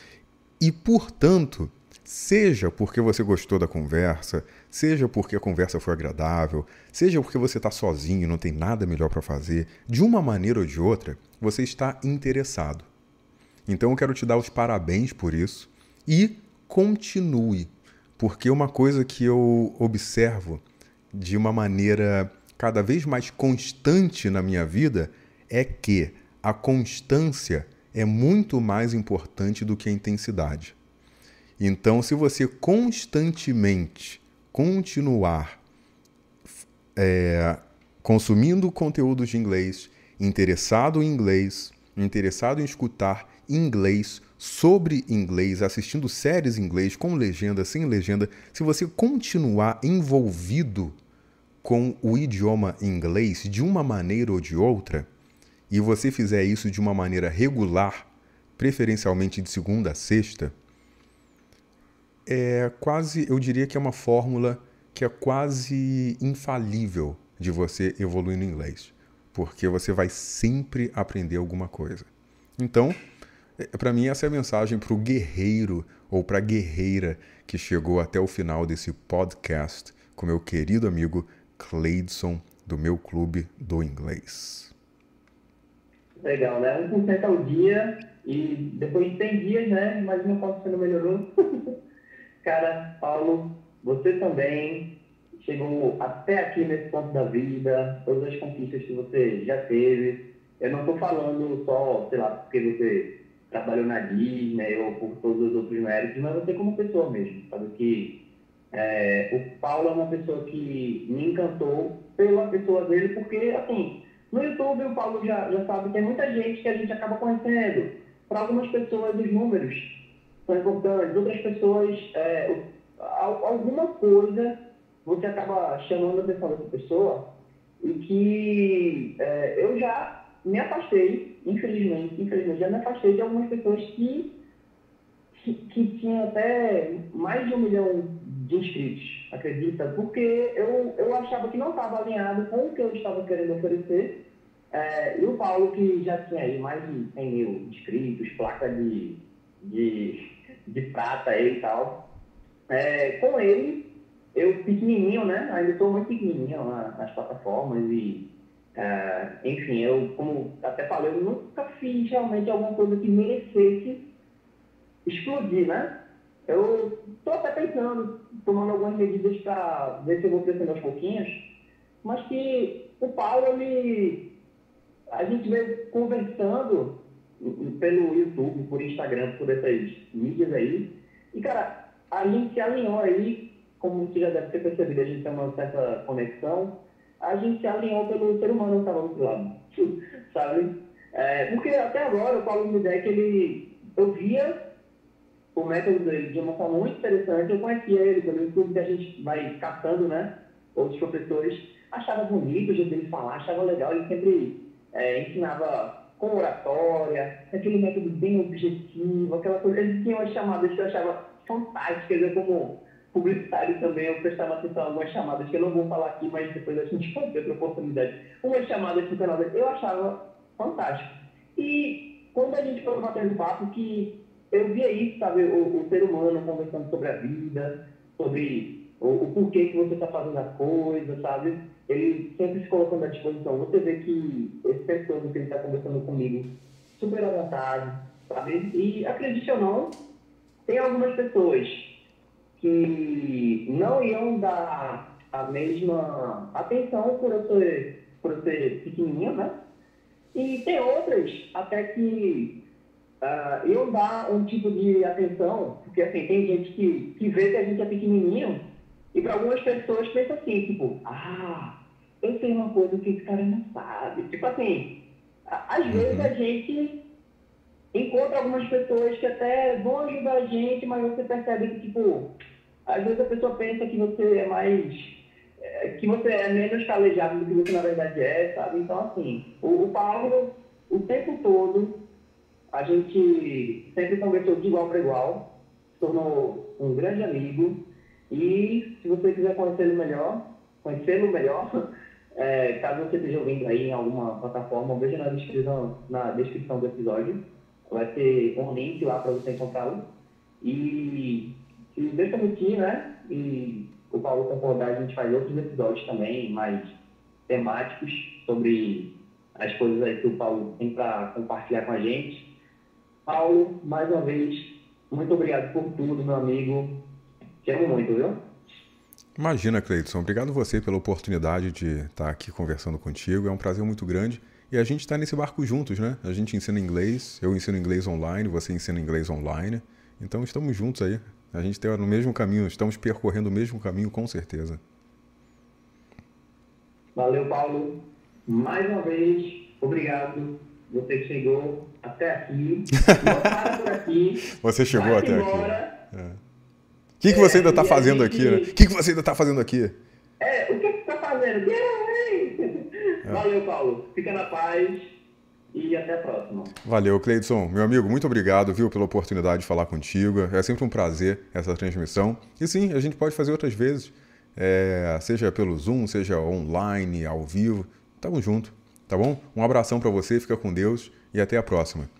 E, portanto, seja porque você gostou da conversa, seja porque a conversa foi agradável, seja porque você está sozinho e não tem nada melhor para fazer, de uma maneira ou de outra, você está interessado. Então eu quero te dar os parabéns por isso e continue, porque uma coisa que eu observo de uma maneira cada vez mais constante na minha vida é que a constância é muito mais importante do que a intensidade. Então, se você constantemente continuar é, consumindo conteúdos de inglês, interessado em inglês, interessado em escutar inglês, sobre inglês, assistindo séries em inglês, com legenda, sem legenda, se você continuar envolvido com o idioma inglês de uma maneira ou de outra, e você fizer isso de uma maneira regular, preferencialmente de segunda a sexta, é quase, eu diria que é uma fórmula que é quase infalível de você evoluir no inglês, porque você vai sempre aprender alguma coisa. Então, para mim, essa é a mensagem para o guerreiro ou para a guerreira que chegou até o final desse podcast com meu querido amigo Cleidson, do meu clube do inglês. Legal, né? um por cento ao dia e depois de cem dias, né? Imagina quanto você não melhorou. Cara, Paulo, você também chegou até aqui nesse ponto da vida, todas as conquistas que você já teve. Eu não estou falando só, sei lá, porque você trabalhou na Disney ou por todos os outros méritos, mas você como pessoa mesmo. Sabe que é, o Paulo é uma pessoa que me encantou pela pessoa dele, porque, assim, no YouTube o Paulo já, já sabe que tem muita gente que a gente acaba conhecendo. Para algumas pessoas os números são importantes, outras pessoas, é, alguma coisa você acaba chamando a atenção dessa pessoa e que é, eu já me afastei, infelizmente, infelizmente, já me afastei de algumas pessoas que, que, que tinham até mais de um milhão de inscritos, acredita? Porque eu, eu achava que não estava alinhado com o que eu estava querendo oferecer. É, e o Paulo, que já tinha aí mais de cem mil inscritos, placa de, de, de prata aí e tal, é, com ele, eu pequenininho, né? Ainda estou muito pequenininho na, nas plataformas e, é, enfim, eu, como até falei, eu nunca fiz realmente alguma coisa que merecesse explodir, né? Eu estou até pensando, tomando algumas medidas para ver se eu vou crescendo aos pouquinhos, mas que o Paulo, ele, a gente veio conversando pelo YouTube, por Instagram, por essas mídias aí, e, cara, a gente se alinhou aí, como você já deve ter percebido, a gente tem uma certa conexão, a gente se alinhou pelo ser humano que estava do outro lado, sabe? É, porque até agora o Paulo Nidec, ele, eu via o método dele de uma forma muito interessante, eu conhecia ele pelo YouTube, que a gente vai captando, né, outros professores, achava bonito o jeito dele falar, achava legal, ele sempre é, ensinava com oratória, aquele método bem objetivo, aquela coisa, ele tinha umas chamadas que eu achava fantásticas, eu como publicitário também, eu prestava atenção a algumas chamadas que eu não vou falar aqui, mas depois a gente pode ter outra oportunidade, umas chamadas do canal dele, eu achava fantástico. E quando a gente foi batendo papo, que eu via isso, sabe, o, o ser humano conversando sobre a vida, sobre o, o porquê que você está fazendo a coisa, sabe? Ele sempre se colocando à disposição. Você vê que esse tempo todo que ele está conversando comigo, super à vontade, sabe? E acredite ou não, tem algumas pessoas que não iam dar a mesma atenção por eu ser, por eu ser pequenininho, né? E tem outras até que uh, iam dar um tipo de atenção, porque assim, tem gente que, que vê que a gente é pequenininho e para algumas pessoas pensa assim, tipo, ah, eu sei uma coisa que esse cara não sabe. Tipo assim, às vezes a gente encontra algumas pessoas que até vão ajudar a gente, mas você percebe que, tipo, às vezes a pessoa pensa que você é mais, é, que você é menos calejado do que você na verdade é, sabe? Então, assim, o, o Paulo, o tempo todo, a gente sempre conversou de igual para igual, se tornou um grande amigo, e se você quiser conhecê-lo melhor, conhecê-lo melhor, é, caso você esteja ouvindo aí em alguma plataforma, veja na descrição, na descrição do episódio, vai ter um link lá para você encontrá-lo. E se Deus permitir, né, e o Paulo concordar, a gente faz outros episódios também, mais temáticos, sobre as coisas aí que o Paulo tem para compartilhar com a gente. Paulo, mais uma vez, muito obrigado por tudo, meu amigo. Te amo muito, viu? Imagina, Cleidson. Obrigado você pela oportunidade de estar aqui conversando contigo. É um prazer muito grande. E a gente está nesse barco juntos, né? A gente ensina inglês, eu ensino inglês online, você ensina inglês online. Então estamos juntos aí. A gente está no mesmo caminho, estamos percorrendo o mesmo caminho, com certeza. Valeu, Paulo. Mais uma vez, obrigado. Você que chegou até aqui. Não para por aqui. Você chegou até embora. aqui. É. O que, que você ainda está fazendo gente... aqui, né? O que, que você ainda está fazendo aqui? É, o que, que você está fazendo? É. Valeu, Paulo. Fica na paz e até a próxima. Valeu, Cleidson. Meu amigo, muito obrigado, viu, pela oportunidade de falar contigo. É sempre um prazer essa transmissão. E sim, a gente pode fazer outras vezes, é, seja pelo Zoom, seja online, ao vivo. Tamo junto, tá bom? Um abração para você, fica com Deus e até a próxima.